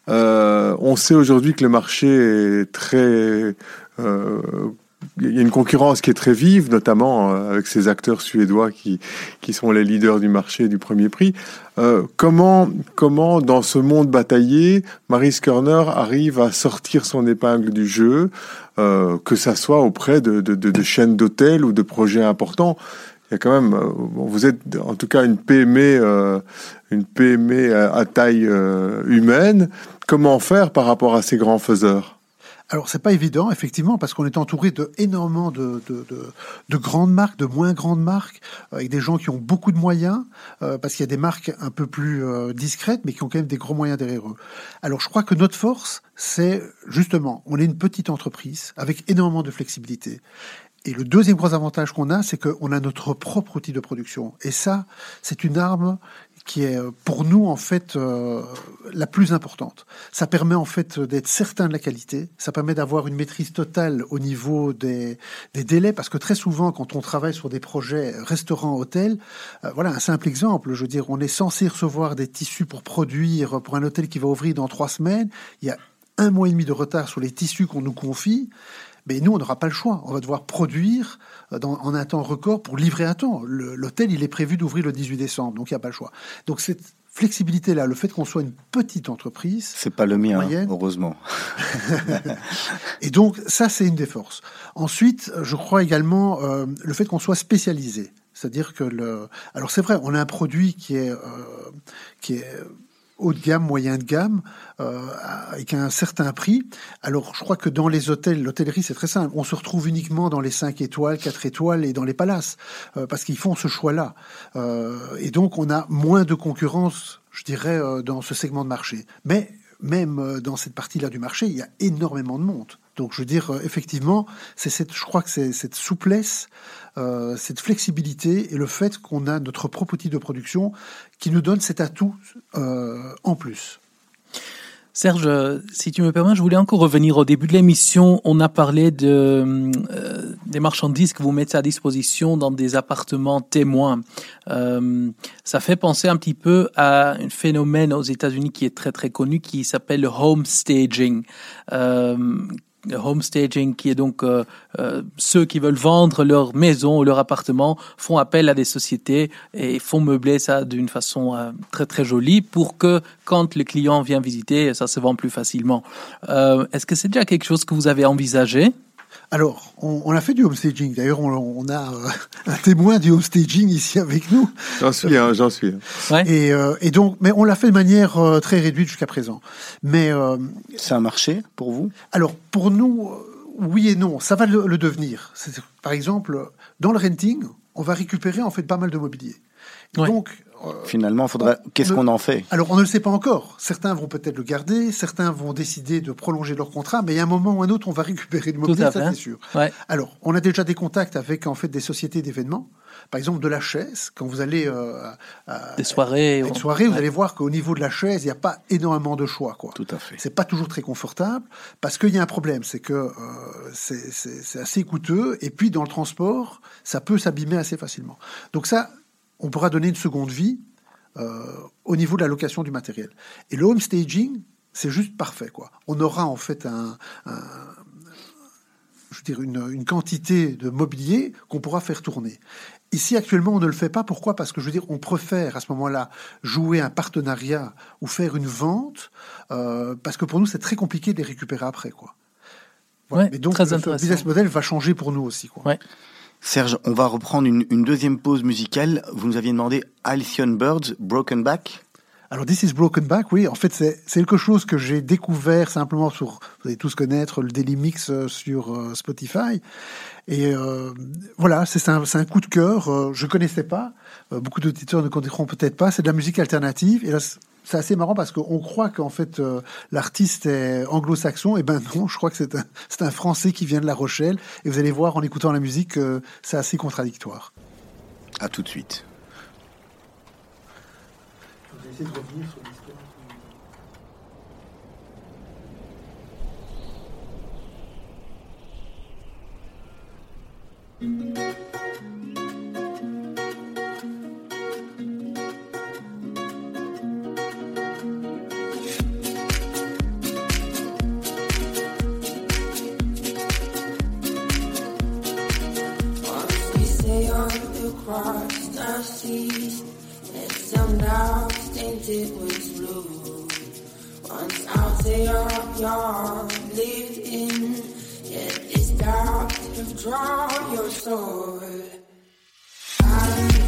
Euh, on sait aujourd'hui que le marché est très... Euh, il y a une concurrence qui est très vive, notamment euh, avec ces acteurs suédois qui, qui sont les leaders du marché du premier prix. Euh, comment, comment, dans ce monde bataillé, Mary's Corner arrive à sortir son épingle du jeu, euh, que ça soit auprès de, de, de, de chaînes d'hôtels ou de projets importants? il y a quand même, bon, vous êtes en tout cas une P M E, euh, une P M E à, à taille euh, humaine. Comment faire par rapport à ces grands faiseurs ? Alors, c'est pas évident, effectivement, parce qu'on est entouré de énormément de, de, de, de grandes marques, de moins grandes marques, avec des gens qui ont beaucoup de moyens, euh, parce qu'il y a des marques un peu plus euh, discrètes, mais qui ont quand même des gros moyens derrière eux. Alors, je crois que notre force, c'est justement, on est une petite entreprise avec énormément de flexibilité. Et le deuxième gros avantage qu'on a, c'est qu'on a notre propre outil de production. Et ça, c'est une arme qui est pour nous en fait euh, la plus importante. Ça permet en fait d'être certain de la qualité, ça permet d'avoir une maîtrise totale au niveau des, des délais, parce que très souvent quand on travaille sur des projets restaurants, hôtels, euh, voilà un simple exemple, je veux dire, on est censé recevoir des tissus pour produire pour un hôtel qui va ouvrir dans trois semaines, il y a un mois et demi de retard sur les tissus qu'on nous confie. Mais nous, on n'aura pas le choix. On va devoir produire dans, en un temps record pour livrer à temps. Le, l'hôtel, il est prévu d'ouvrir le dix-huit décembre, donc il n'y a pas le choix. Donc cette flexibilité-là, le fait qu'on soit une petite entreprise... C'est pas le mien, moyenne, heureusement. Et donc, ça, c'est une des forces. Ensuite, je crois également euh, le fait qu'on soit spécialisé. C'est-à-dire que... le. Alors c'est vrai, on a un produit qui est... Euh, qui est haut de gamme, moyen de gamme, euh, avec un certain prix. Alors, je crois que dans les hôtels, l'hôtellerie, c'est très simple. On se retrouve uniquement dans les cinq étoiles, quatre étoiles et dans les palaces, euh, parce qu'ils font ce choix-là. Euh, et donc, on a moins de concurrence, je dirais, euh, dans ce segment de marché. Mais même euh, dans cette partie-là du marché, il y a énormément de monde. Donc, je veux dire, euh, effectivement, c'est cette, je crois que c'est cette souplesse, euh, cette flexibilité et le fait qu'on a notre propre outil de production qui nous donne cet atout euh, en plus. Serge, si tu me permets, je voulais encore revenir au début de l'émission. On a parlé de, euh, des marchandises que vous mettez à disposition dans des appartements témoins. Euh, ça fait penser un petit peu à un phénomène aux États-Unis qui est très très connu, qui s'appelle le home staging. Euh, Le home staging, qui est donc euh, euh, ceux qui veulent vendre leur maison ou leur appartement font appel à des sociétés et font meubler ça d'une façon euh, très très jolie pour que quand le client vient visiter, ça se vend plus facilement. Euh, est-ce que c'est déjà quelque chose que vous avez envisagé ? Alors, on, on a fait du homestaging. D'ailleurs, on, on a euh, un témoin du homestaging ici avec nous. J'en suis, hein, j'en suis. Ouais. Et, euh, et donc, mais on l'a fait de manière euh, très réduite jusqu'à présent. Mais euh, c'est un marché pour vous ? Alors, pour nous, euh, oui et non. Ça va le, le devenir. C'est, par exemple, dans le renting, on va récupérer en fait pas mal de mobilier. Ouais. Donc, euh, finalement, faudrait. On, Qu'est-ce qu'on en fait ? Alors, on ne le sait pas encore. Certains vont peut-être le garder, certains vont décider de prolonger leur contrat, mais il y a un moment ou un autre, on va récupérer le mobilier, ça c'est sûr. Ouais. Alors, on a déjà des contacts avec en fait des sociétés d'événements. Par exemple, de la chaise, quand vous allez euh, à des soirées, à une soirée, ouais. Vous allez voir qu'au niveau de la chaise, il n'y a pas énormément de choix, quoi. Tout à fait. C'est pas toujours très confortable parce qu'il y a un problème, c'est que euh, c'est, c'est, c'est assez coûteux et puis dans le transport, ça peut s'abîmer assez facilement. Donc ça, on pourra donner une seconde vie euh, au niveau de la location du matériel. Et le home staging, c'est juste parfait, quoi. On aura en fait un, un je veux dire une, une quantité de mobilier qu'on pourra faire tourner. Ici, actuellement, on ne le fait pas. Pourquoi ? Parce que, je veux dire, on préfère, à ce moment-là, jouer un partenariat ou faire une vente, euh, parce que pour nous, c'est très compliqué de les récupérer après, quoi. Voilà. Ouais, Mais donc, très le, intéressant. le business model va changer pour nous aussi, quoi. Ouais. Serge, on va reprendre une, une deuxième pause musicale. Vous nous aviez demandé Halcyon Birds, Broken Back. Alors, This is Broken Back, oui. En fait, c'est, c'est quelque chose que j'ai découvert simplement sur, vous allez tous connaître le Daily Mix sur euh, Spotify. Et euh, voilà, c'est un, c'est un coup de cœur. Euh, je connaissais pas. Euh, beaucoup d'auditeurs ne connaîtront peut-être pas. C'est de la musique alternative. Et là, c'est assez marrant parce qu'on croit qu'en fait, euh, l'artiste est anglo-saxon. Et ben non, je crois que c'est un, c'est un Français qui vient de La Rochelle. Et vous allez voir en écoutant la musique que euh, c'est assez contradictoire. À tout de suite. Je vais essayer de revenir sur l'histoire. It was blue. Once out there, yard lived in, yet it's dark to draw your sword. I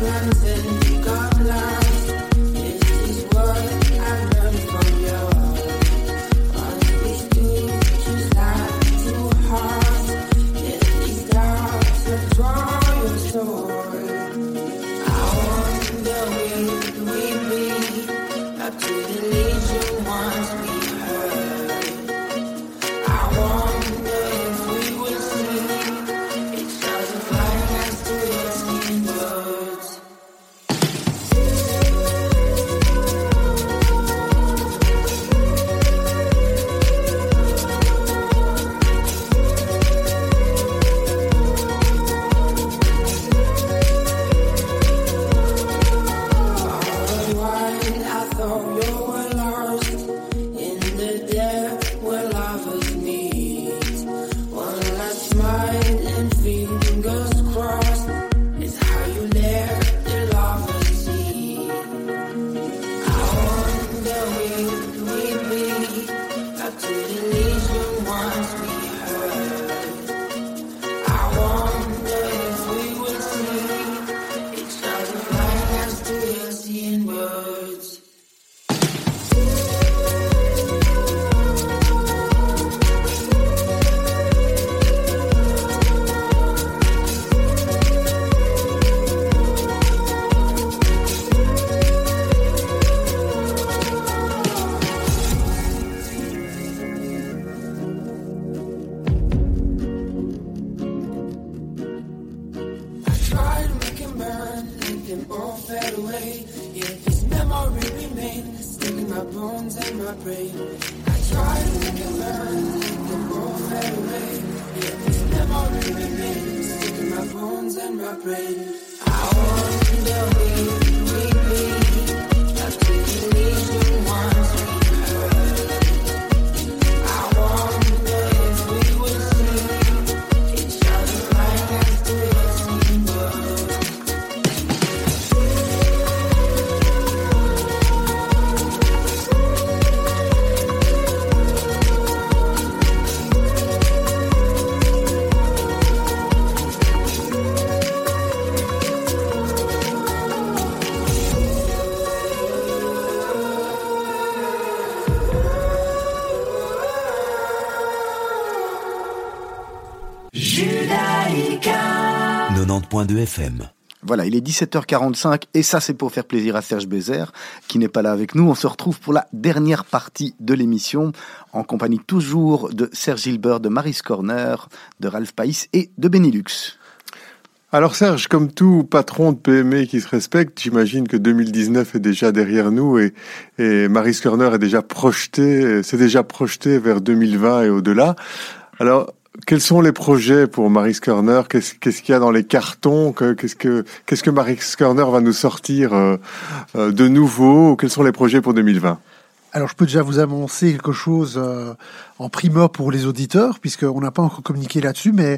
quatre-vingt-dix point deux F M. Voilà, il est dix-sept heures quarante-cinq et ça c'est pour faire plaisir à Serge Bézère qui n'est pas là avec nous. On se retrouve pour la dernière partie de l'émission en compagnie toujours de Serge Gilbert, de Mary's Corner, de Ralph Païs et de Benelux. Alors Serge, comme tout patron de P M E qui se respecte, j'imagine que deux mille dix-neuf est déjà derrière nous et, et Mary's Corner est déjà projeté, c'est déjà projeté vers deux mille vingt et au-delà. Alors, quels sont les projets pour Mary's Corner ? Qu'est-ce, qu'est-ce qu'il y a dans les cartons ? Qu'est-ce que, qu'est-ce que Mary's Corner va nous sortir euh, euh, de nouveau ? Quels sont les projets pour deux mille vingt ? Alors, je peux déjà vous annoncer quelque chose euh, en primeur pour les auditeurs, puisqu'on n'a pas encore communiqué là-dessus, mais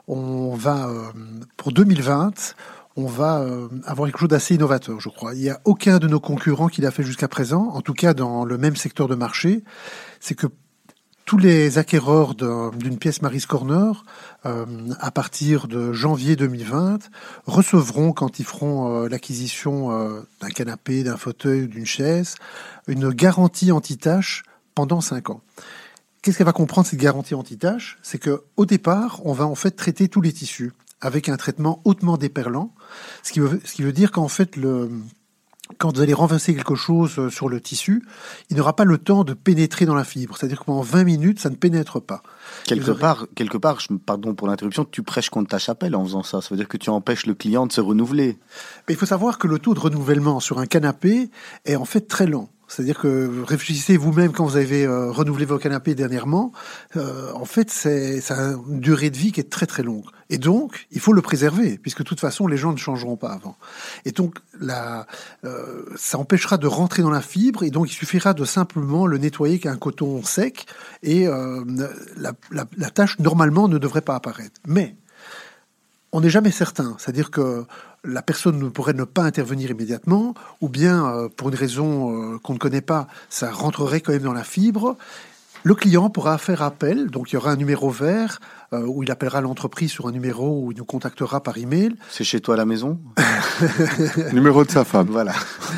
on va, euh, pour deux mille vingt, on va euh, avoir quelque chose d'assez innovateur, je crois. Il n'y a aucun de nos concurrents qui l'a fait jusqu'à présent, en tout cas dans le même secteur de marché. C'est que tous les acquéreurs de, d'une pièce Mary's Corner, euh, à partir de janvier deux mille vingt, recevront, quand ils feront euh, l'acquisition euh, d'un canapé, d'un fauteuil ou d'une chaise, une garantie anti-tache pendant cinq ans. Qu'est-ce qu'elle va comprendre, cette garantie anti-tache ? C'est que au départ, on va en fait traiter tous les tissus avec un traitement hautement déperlant, ce qui veut, ce qui veut dire qu'en fait, le... quand vous allez renverser quelque chose sur le tissu, il n'aura pas le temps de pénétrer dans la fibre. C'est-à-dire que pendant vingt minutes, ça ne pénètre pas. Quelque part, quelque part, je, pardon pour l'interruption, tu prêches contre ta chapelle en faisant ça. Ça veut dire que tu empêches le client de se renouveler. Mais il faut savoir que le taux de renouvellement sur un canapé est en fait très lent. C'est-à-dire que réfléchissez vous-même quand vous avez euh, renouvelé vos canapés dernièrement. Euh, en fait, c'est, ça a une durée de vie qui est très très longue. Et donc, il faut le préserver, puisque de toute façon, les gens ne changeront pas avant. Et donc, la, euh, ça empêchera de rentrer dans la fibre, et donc il suffira de simplement le nettoyer avec un coton sec, et euh, la, la, la tache, normalement, ne devrait pas apparaître. Mais, on n'est jamais certain. C'est-à-dire que la personne ne pourrait ne pas intervenir immédiatement, ou bien, euh, pour une raison euh, qu'on ne connaît pas, ça rentrerait quand même dans la fibre. Le client pourra faire appel, donc il y aura un numéro vert euh, où il appellera l'entreprise sur un numéro où il nous contactera par email. C'est chez toi à la maison? Numéro de sa femme. Voilà.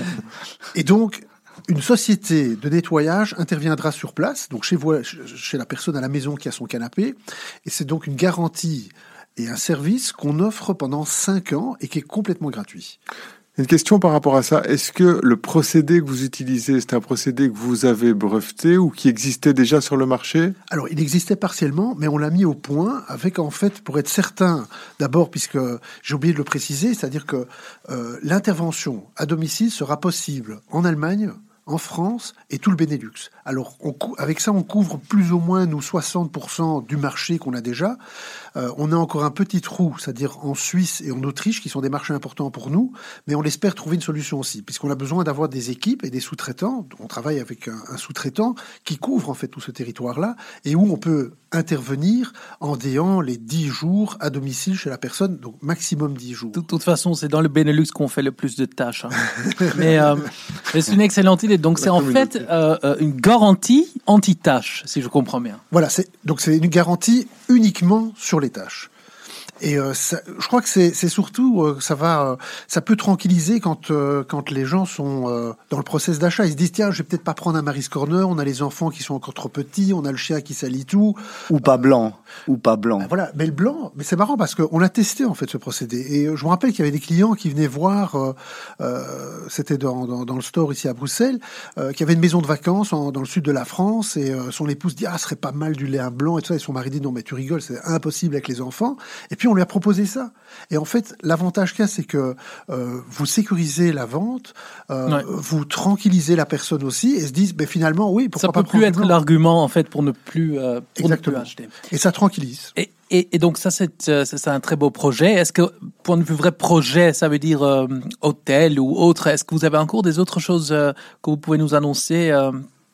Et donc, une société de nettoyage interviendra sur place, donc chez vous, chez la personne à la maison qui a son canapé. Et c'est donc une garantie et un service qu'on offre pendant cinq ans et qui est complètement gratuit. Une question par rapport à ça. Est-ce que le procédé que vous utilisez, c'est un procédé que vous avez breveté ou qui existait déjà sur le marché? Alors, il existait partiellement, mais on l'a mis au point avec, en fait, pour être certain, d'abord, puisque j'ai oublié de le préciser, c'est-à-dire que euh, l'intervention à domicile sera possible en Allemagne, en France et tout le Benelux. Alors, on cou- avec ça, on couvre plus ou moins, nous, soixante pour cent du marché qu'on a déjà. Euh, on a encore un petit trou, c'est-à-dire en Suisse et en Autriche, qui sont des marchés importants pour nous, mais on espère trouver une solution aussi, puisqu'on a besoin d'avoir des équipes et des sous-traitants. On travaille avec un, un sous-traitant qui couvre, en fait, tout ce territoire-là, et où on peut intervenir en déant les dix jours à domicile chez la personne, donc maximum dix jours. De toute façon, c'est dans le Benelux qu'on fait le plus de tâches. Hein. mais, euh, mais c'est une excellente idée. Donc, c'est en fait euh, une garantie anti-tâches, si je comprends bien. Voilà, c'est, donc c'est une garantie uniquement sur les tâches. Et euh, ça, je crois que c'est, c'est surtout, euh, ça va, euh, ça peut tranquilliser quand euh, quand les gens sont euh, dans le process d'achat. Ils se disent tiens, je vais peut-être pas prendre un Mary's Corner. On a les enfants qui sont encore trop petits, on a le chien qui salit tout. Ou pas blanc, ou pas blanc. Ben voilà, mais le blanc, mais c'est marrant parce qu'on a testé en fait ce procédé. Et euh, je me rappelle qu'il y avait des clients qui venaient voir, euh, euh, c'était dans, dans dans le store ici à Bruxelles, euh, qui avait une maison de vacances en, dans le sud de la France et euh, son épouse dit ah, ce serait pas mal du lait à blanc et tout ça. Et son mari dit non mais tu rigoles, c'est impossible avec les enfants. Et puis on lui a proposé ça. Et en fait, l'avantage qu'il y a, c'est que euh, vous sécurisez la vente, euh, Ouais. vous tranquillisez la personne aussi, et se disent, ben finalement, oui, pourquoi Ça pas peut plus prendre être du blanc. l'argument en fait pour ne plus, euh, pour ne plus Exactement. acheter. Et ça tranquillise. Et, et, et donc ça c'est euh, c'est c'est un très beau projet. Est-ce que point de vue vrai projet, ça veut dire euh, hôtel ou autre? Est-ce que vous avez encore des autres choses euh, que vous pouvez nous annoncer euh,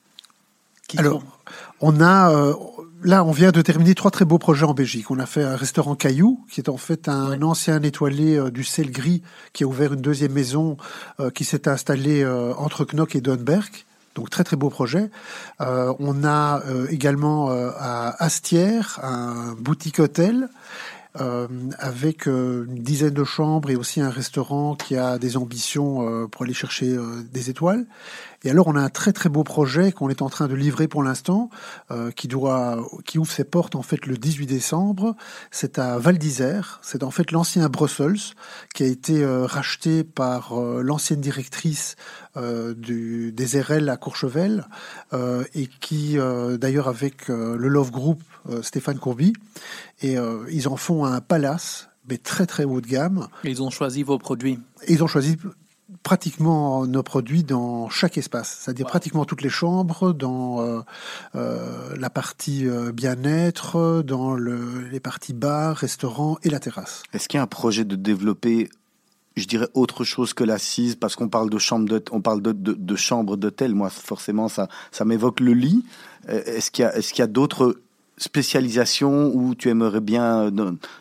qui Alors, sont- on a euh, là, on vient de terminer trois très beaux projets en Belgique. On a fait un restaurant Caillou, qui est en fait un Ouais. ancien étoilé euh, du Sel Gris, qui a ouvert une deuxième maison, euh, qui s'est installée euh, entre Knock et Dunberg. Donc très très beau projet. Euh, on a euh, également euh, à Astières un boutique hôtel euh, avec euh, une dizaine de chambres et aussi un restaurant qui a des ambitions euh, pour aller chercher euh, des étoiles. Et alors on a un très très beau projet qu'on est en train de livrer pour l'instant, euh, qui doit, qui ouvre ses portes en fait le dix-huit décembre. C'est à Val d'Isère. C'est en fait l'ancien Brussels qui a été euh, racheté par euh, l'ancienne directrice euh, du, des R L à Courchevel euh, et qui euh, d'ailleurs avec euh, le Love Group euh, Stéphane Courby, et euh, ils en font un palace mais très très haut de gamme. Ils ont choisi vos produits. Et ils ont choisi pratiquement nos produits dans chaque espace, c'est-à-dire wow. pratiquement toutes les chambres, dans euh, euh, la partie euh, bien-être, dans le, les parties bar, restaurant et la terrasse. Est-ce qu'il y a un projet de développer, je dirais, autre chose que l'assise, parce qu'on parle de chambre de, on parle de, de, de chambre d'hôtel, moi forcément ça, ça m'évoque le lit. Est-ce qu'il y a, est-ce qu'il y a d'autres spécialisations où tu aimerais bien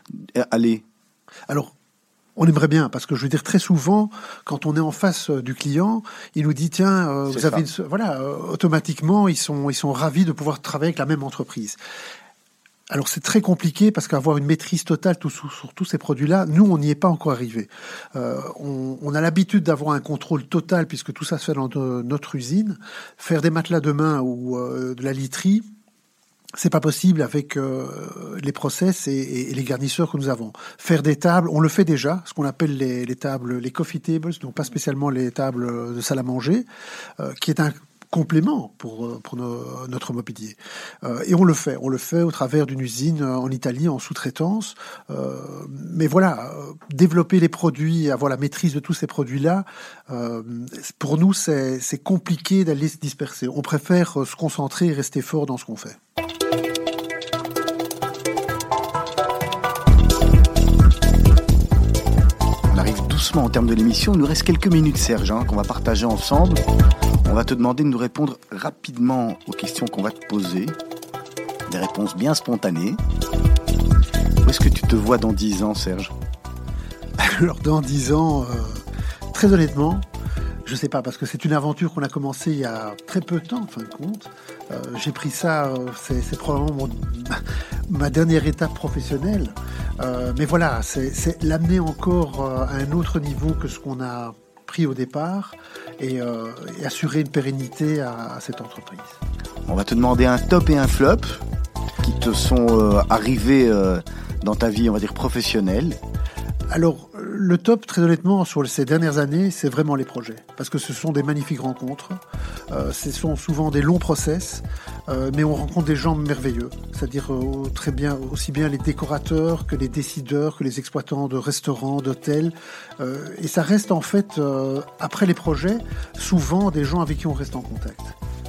aller? Alors, on aimerait bien, parce que je veux dire, très souvent, quand on est en face du client, il nous dit, tiens, euh, vous avez une... Voilà, euh, automatiquement, ils sont, ils sont ravis de pouvoir travailler avec la même entreprise. Alors, c'est très compliqué, parce qu'avoir une maîtrise totale tout, sur, sur tous ces produits-là, nous, on n'y est pas encore arrivé. Euh, on, on a l'habitude d'avoir un contrôle total, puisque tout ça se fait dans de, notre usine. Faire des matelas de main ou euh, de la literie, c'est pas possible avec euh, les process et, et, et les garnisseurs que nous avons. Faire des tables, on le fait déjà, ce qu'on appelle les, les tables, les coffee tables, donc pas spécialement les tables de salle à manger, euh, qui est un complément pour, pour nos, notre mobilier. Euh, et on le fait, on le fait au travers d'une usine en Italie en sous-traitance. Euh, mais voilà, euh, développer les produits, avoir la maîtrise de tous ces produits-là, euh, pour nous, c'est, c'est compliqué d'aller se disperser. On préfère se concentrer et rester fort dans ce qu'on fait. Doucement en termes de l'émission, il nous reste quelques minutes, Serge, hein, qu'on va partager ensemble. On va te demander de nous répondre rapidement aux questions qu'on va te poser. Des réponses bien spontanées. Où est-ce que tu te vois dans dix ans, Serge? Alors, dans dix ans, euh, très honnêtement, je ne sais pas, parce que c'est une aventure qu'on a commencée il y a très peu de temps, en fin de compte. euh, j'ai pris ça, euh, c'est, c'est probablement mon, ma dernière étape professionnelle. Euh, mais voilà, c'est, c'est l'amener encore euh, à un autre niveau que ce qu'on a pris au départ et, euh, et assurer une pérennité à, à cette entreprise. On va te demander un top et un flop qui te sont euh, arrivés euh, dans ta vie, on va dire, professionnelle. Alors, le top, très honnêtement, sur ces dernières années, c'est vraiment les projets. Parce que ce sont des magnifiques rencontres. Euh, ce sont souvent des longs process, euh, mais on rencontre des gens merveilleux. C'est-à-dire euh, très bien, aussi bien les décorateurs que les décideurs, que les exploitants de restaurants, d'hôtels. Euh, et ça reste en fait, euh, après les projets, souvent des gens avec qui on reste en contact.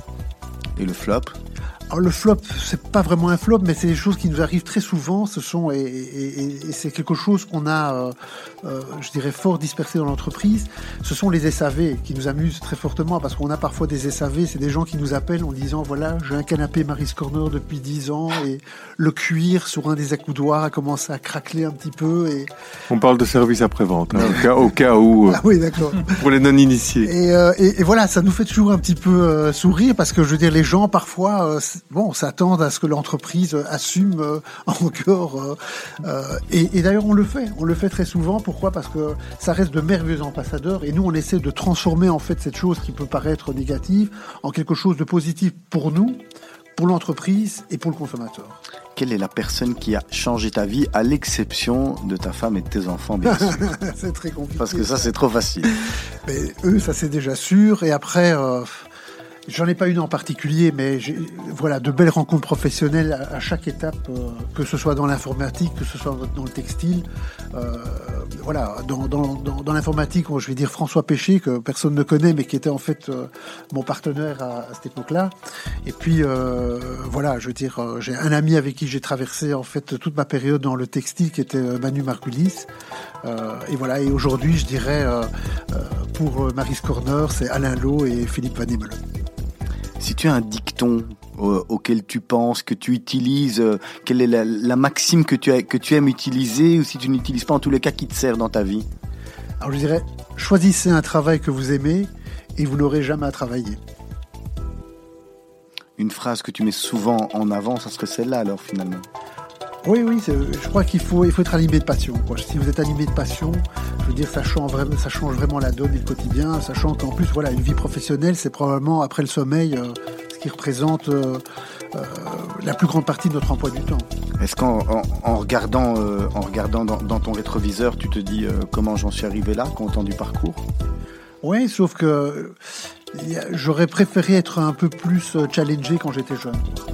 Et le flop ? Alors le flop, c'est pas vraiment un flop, mais c'est des choses qui nous arrivent très souvent. Ce sont et, et, et, et c'est quelque chose qu'on a, euh, euh, je dirais, fort dispersé dans l'entreprise. Ce sont les S A V qui nous amusent très fortement parce qu'on a parfois des S A V. C'est des gens qui nous appellent en disant voilà, j'ai un canapé Mary's Corner depuis dix ans et le cuir sur un des accoudoirs a commencé à craqueler un petit peu. Et on parle de service après-vente, hein, au, cas, au cas où. Ah oui, d'accord. Pour les non-initiés. Et, euh, et, et voilà, ça nous fait toujours un petit peu euh, sourire parce que je veux dire, les gens parfois. Euh, Bon, on s'attend à ce que l'entreprise assume euh, encore. Euh, euh, et, et d'ailleurs, on le fait. On le fait très souvent. Pourquoi ? Parce que ça reste de merveilleux ambassadeurs. Et nous, on essaie de transformer en fait cette chose qui peut paraître négative en quelque chose de positif pour nous, pour l'entreprise et pour le consommateur. Quelle est la personne qui a changé ta vie, à l'exception de ta femme et de tes enfants, bien sûr. C'est très compliqué. Parce que ça, c'est trop facile. Mais eux, ça c'est déjà sûr. Et après... Euh, J'en ai pas une en particulier, mais j'ai, voilà, de belles rencontres professionnelles à, à chaque étape, euh, que ce soit dans l'informatique, que ce soit dans le textile. Euh, voilà, dans, dans, dans, dans l'informatique, je vais dire François Péché, que personne ne connaît, mais qui était en fait euh, mon partenaire à, à cette époque-là. Et puis, euh, voilà, je veux dire, euh, j'ai un ami avec qui j'ai traversé en fait toute ma période dans le textile, qui était euh, Manu Margulis. Euh, et voilà, et aujourd'hui, je dirais, euh, euh, pour euh, Mary's Corner, c'est Alain Lowe et Philippe Van Hemelen. Si tu as un dicton euh, auquel tu penses, que tu utilises, euh, quelle est la, la maxime que tu, as, que tu aimes utiliser, ou si tu n'utilises pas, en tous les cas, qui te sert dans ta vie ? Alors je dirais, choisissez un travail que vous aimez et vous n'aurez jamais à travailler. Une phrase que tu mets souvent en avant, ça serait celle-là alors finalement ? Oui, oui, c'est, je crois qu'il faut, il faut être animé de passion, quoi. Si vous êtes animé de passion, je veux dire, ça change vraiment, ça change vraiment la donne et le quotidien, sachant qu'en plus, voilà, une vie professionnelle, c'est probablement, après le sommeil, euh, ce qui représente euh, euh, la plus grande partie de notre emploi du temps. Est-ce qu'en en, en regardant, euh, en regardant dans, dans ton rétroviseur, tu te dis euh, comment j'en suis arrivé là, comptant du parcours ? Oui, sauf que euh, j'aurais préféré être un peu plus challengé quand j'étais jeune, quoi.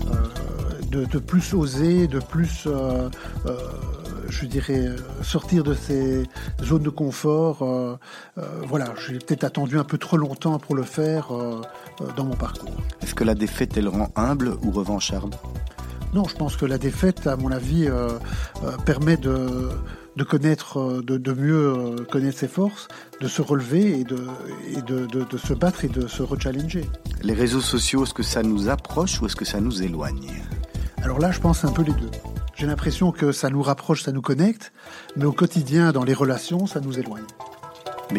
De, de plus oser, de plus, euh, euh, je dirais, sortir de ces zones de confort. Euh, euh, voilà, j'ai peut-être attendu un peu trop longtemps pour le faire euh, dans mon parcours. Est-ce que la défaite, elle rend humble ou revancharde ? Non, je pense que la défaite, à mon avis, euh, euh, permet de, de connaître, de, de mieux connaître ses forces, de se relever et, de, et de, de, de se battre et de se rechallenger. Les réseaux sociaux, est-ce que ça nous approche ou est-ce que ça nous éloigne ? Alors là, je pense un peu les deux. J'ai l'impression que ça nous rapproche, ça nous connecte, mais au quotidien, dans les relations, ça nous éloigne. Benny ?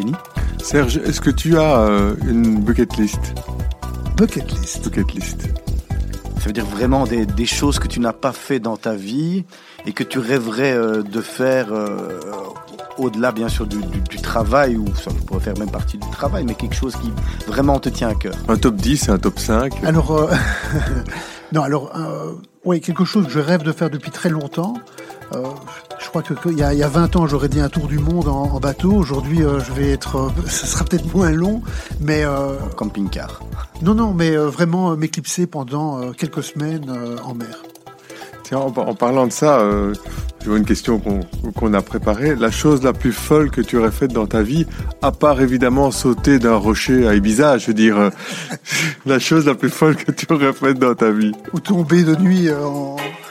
Serge, est-ce que tu as euh, une bucket list ? Bucket list. Bucket list. Ça veut dire vraiment des, des choses que tu n'as pas fait dans ta vie et que tu rêverais euh, de faire euh, au-delà, bien sûr, du, du, du travail, ou ça pourrait faire même partie du travail, mais quelque chose qui vraiment te tient à cœur. Un top dix, un top cinq ? Alors... Euh... Non, alors, euh, oui, quelque chose que je rêve de faire depuis très longtemps. Euh, je crois que, que il, y a, il y a vingt ans, j'aurais dit un tour du monde en, en bateau. Aujourd'hui, euh, je vais être, euh, ça sera peut-être moins long, mais euh, en camping-car. Non, non, mais euh, vraiment euh, m'éclipser pendant euh, quelques semaines euh, en mer. Tiens, en, en parlant de ça, euh, je vois une question qu'on, qu'on a préparée. La chose la plus folle que tu aurais faite dans ta vie, à part évidemment sauter d'un rocher à Ibiza, je veux dire, euh, la chose la plus folle que tu aurais faite dans ta vie. Ou tomber de nuit euh, en,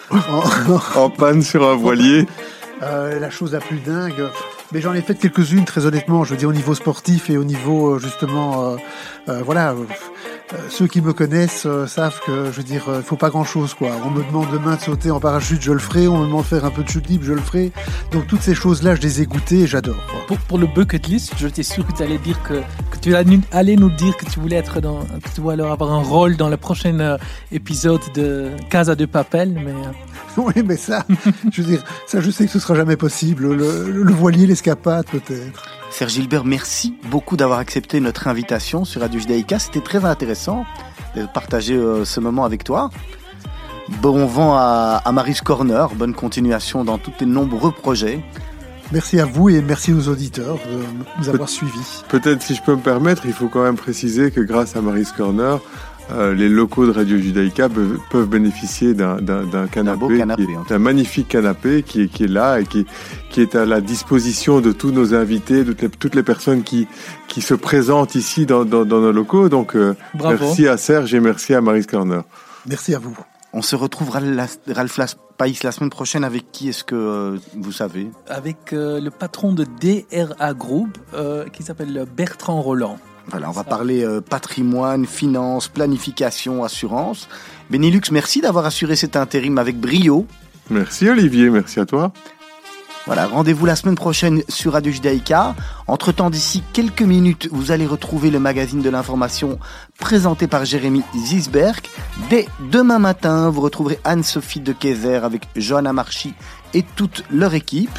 en... en panne sur un voilier. Euh, la chose la plus dingue. Mais j'en ai fait quelques-unes, très honnêtement, je veux dire, au niveau sportif et au niveau, euh, justement, euh, euh, voilà, euh, ceux qui me connaissent euh, savent que, je veux dire, il euh, faut pas grand-chose, quoi. On me demande demain de sauter en parachute, je le ferai. On me demande de faire un peu de chute libre, je le ferai. Donc toutes ces choses-là, je les ai goûtées et j'adore, quoi. Pour, pour le bucket list, j'étais sûr que tu allais dire que, que tu allais nous dire que tu voulais être dans, que tu voulais alors avoir un rôle dans le prochain euh, épisode de Casa de Papel, mais. Euh... Oui, mais ça, je veux dire, ça, je sais que ce sera jamais possible. Le, le voilier, l'escapade, peut-être. Serge Gilbert, merci beaucoup d'avoir accepté notre invitation sur Radio Judaïka. C'était très intéressant de partager euh, ce moment avec toi. Bon vent à, à Mary's Corner. Bonne continuation dans tous tes nombreux projets. Merci à vous et merci aux auditeurs de nous avoir Pe- suivis. Peut-être, si je peux me permettre, il faut quand même préciser que grâce à Mary's Corner, Euh, les locaux de Radio Judaïka peuvent, peuvent bénéficier d'un, d'un, d'un canapé, un canapé qui est, d'un magnifique canapé qui est, qui est là et qui, qui est à la disposition de tous nos invités, de toutes les, toutes les personnes qui, qui se présentent ici dans, dans, dans nos locaux. Donc, euh, merci à Serge et merci à Mary's Corner. Merci à vous. On se retrouvera Ralph Païs la semaine prochaine. Avec qui est-ce que euh, vous savez? Avec euh, le patron de D R A Group euh, qui s'appelle Bertrand Roland. Voilà, on va parler euh, patrimoine, finance, planification, assurance. Benilux, merci d'avoir assuré cet intérim avec brio. Merci Olivier, merci à toi. Voilà, rendez-vous la semaine prochaine sur Radio Judaïka. Entre-temps, d'ici quelques minutes, vous allez retrouver le magazine de l'information présenté par Jérémy Zisberg. Dès demain matin, vous retrouverez Anne-Sophie de Kayser avec Johanna Marchi et toute leur équipe.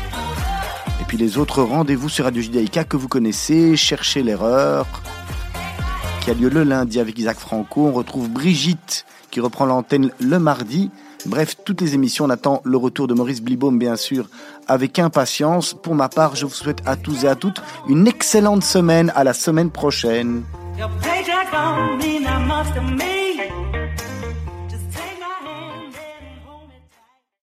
Et puis les autres rendez-vous sur Radio Judaïka que vous connaissez, Cherchez l'erreur, qui a lieu le lundi avec Isaac Franco. On retrouve Brigitte qui reprend l'antenne le mardi. Bref, toutes les émissions, on attend le retour de Maurice Blibaum, bien sûr, avec impatience. Pour ma part, je vous souhaite à tous et à toutes une excellente semaine. À la semaine prochaine. Your paycheck don't mean that much to me.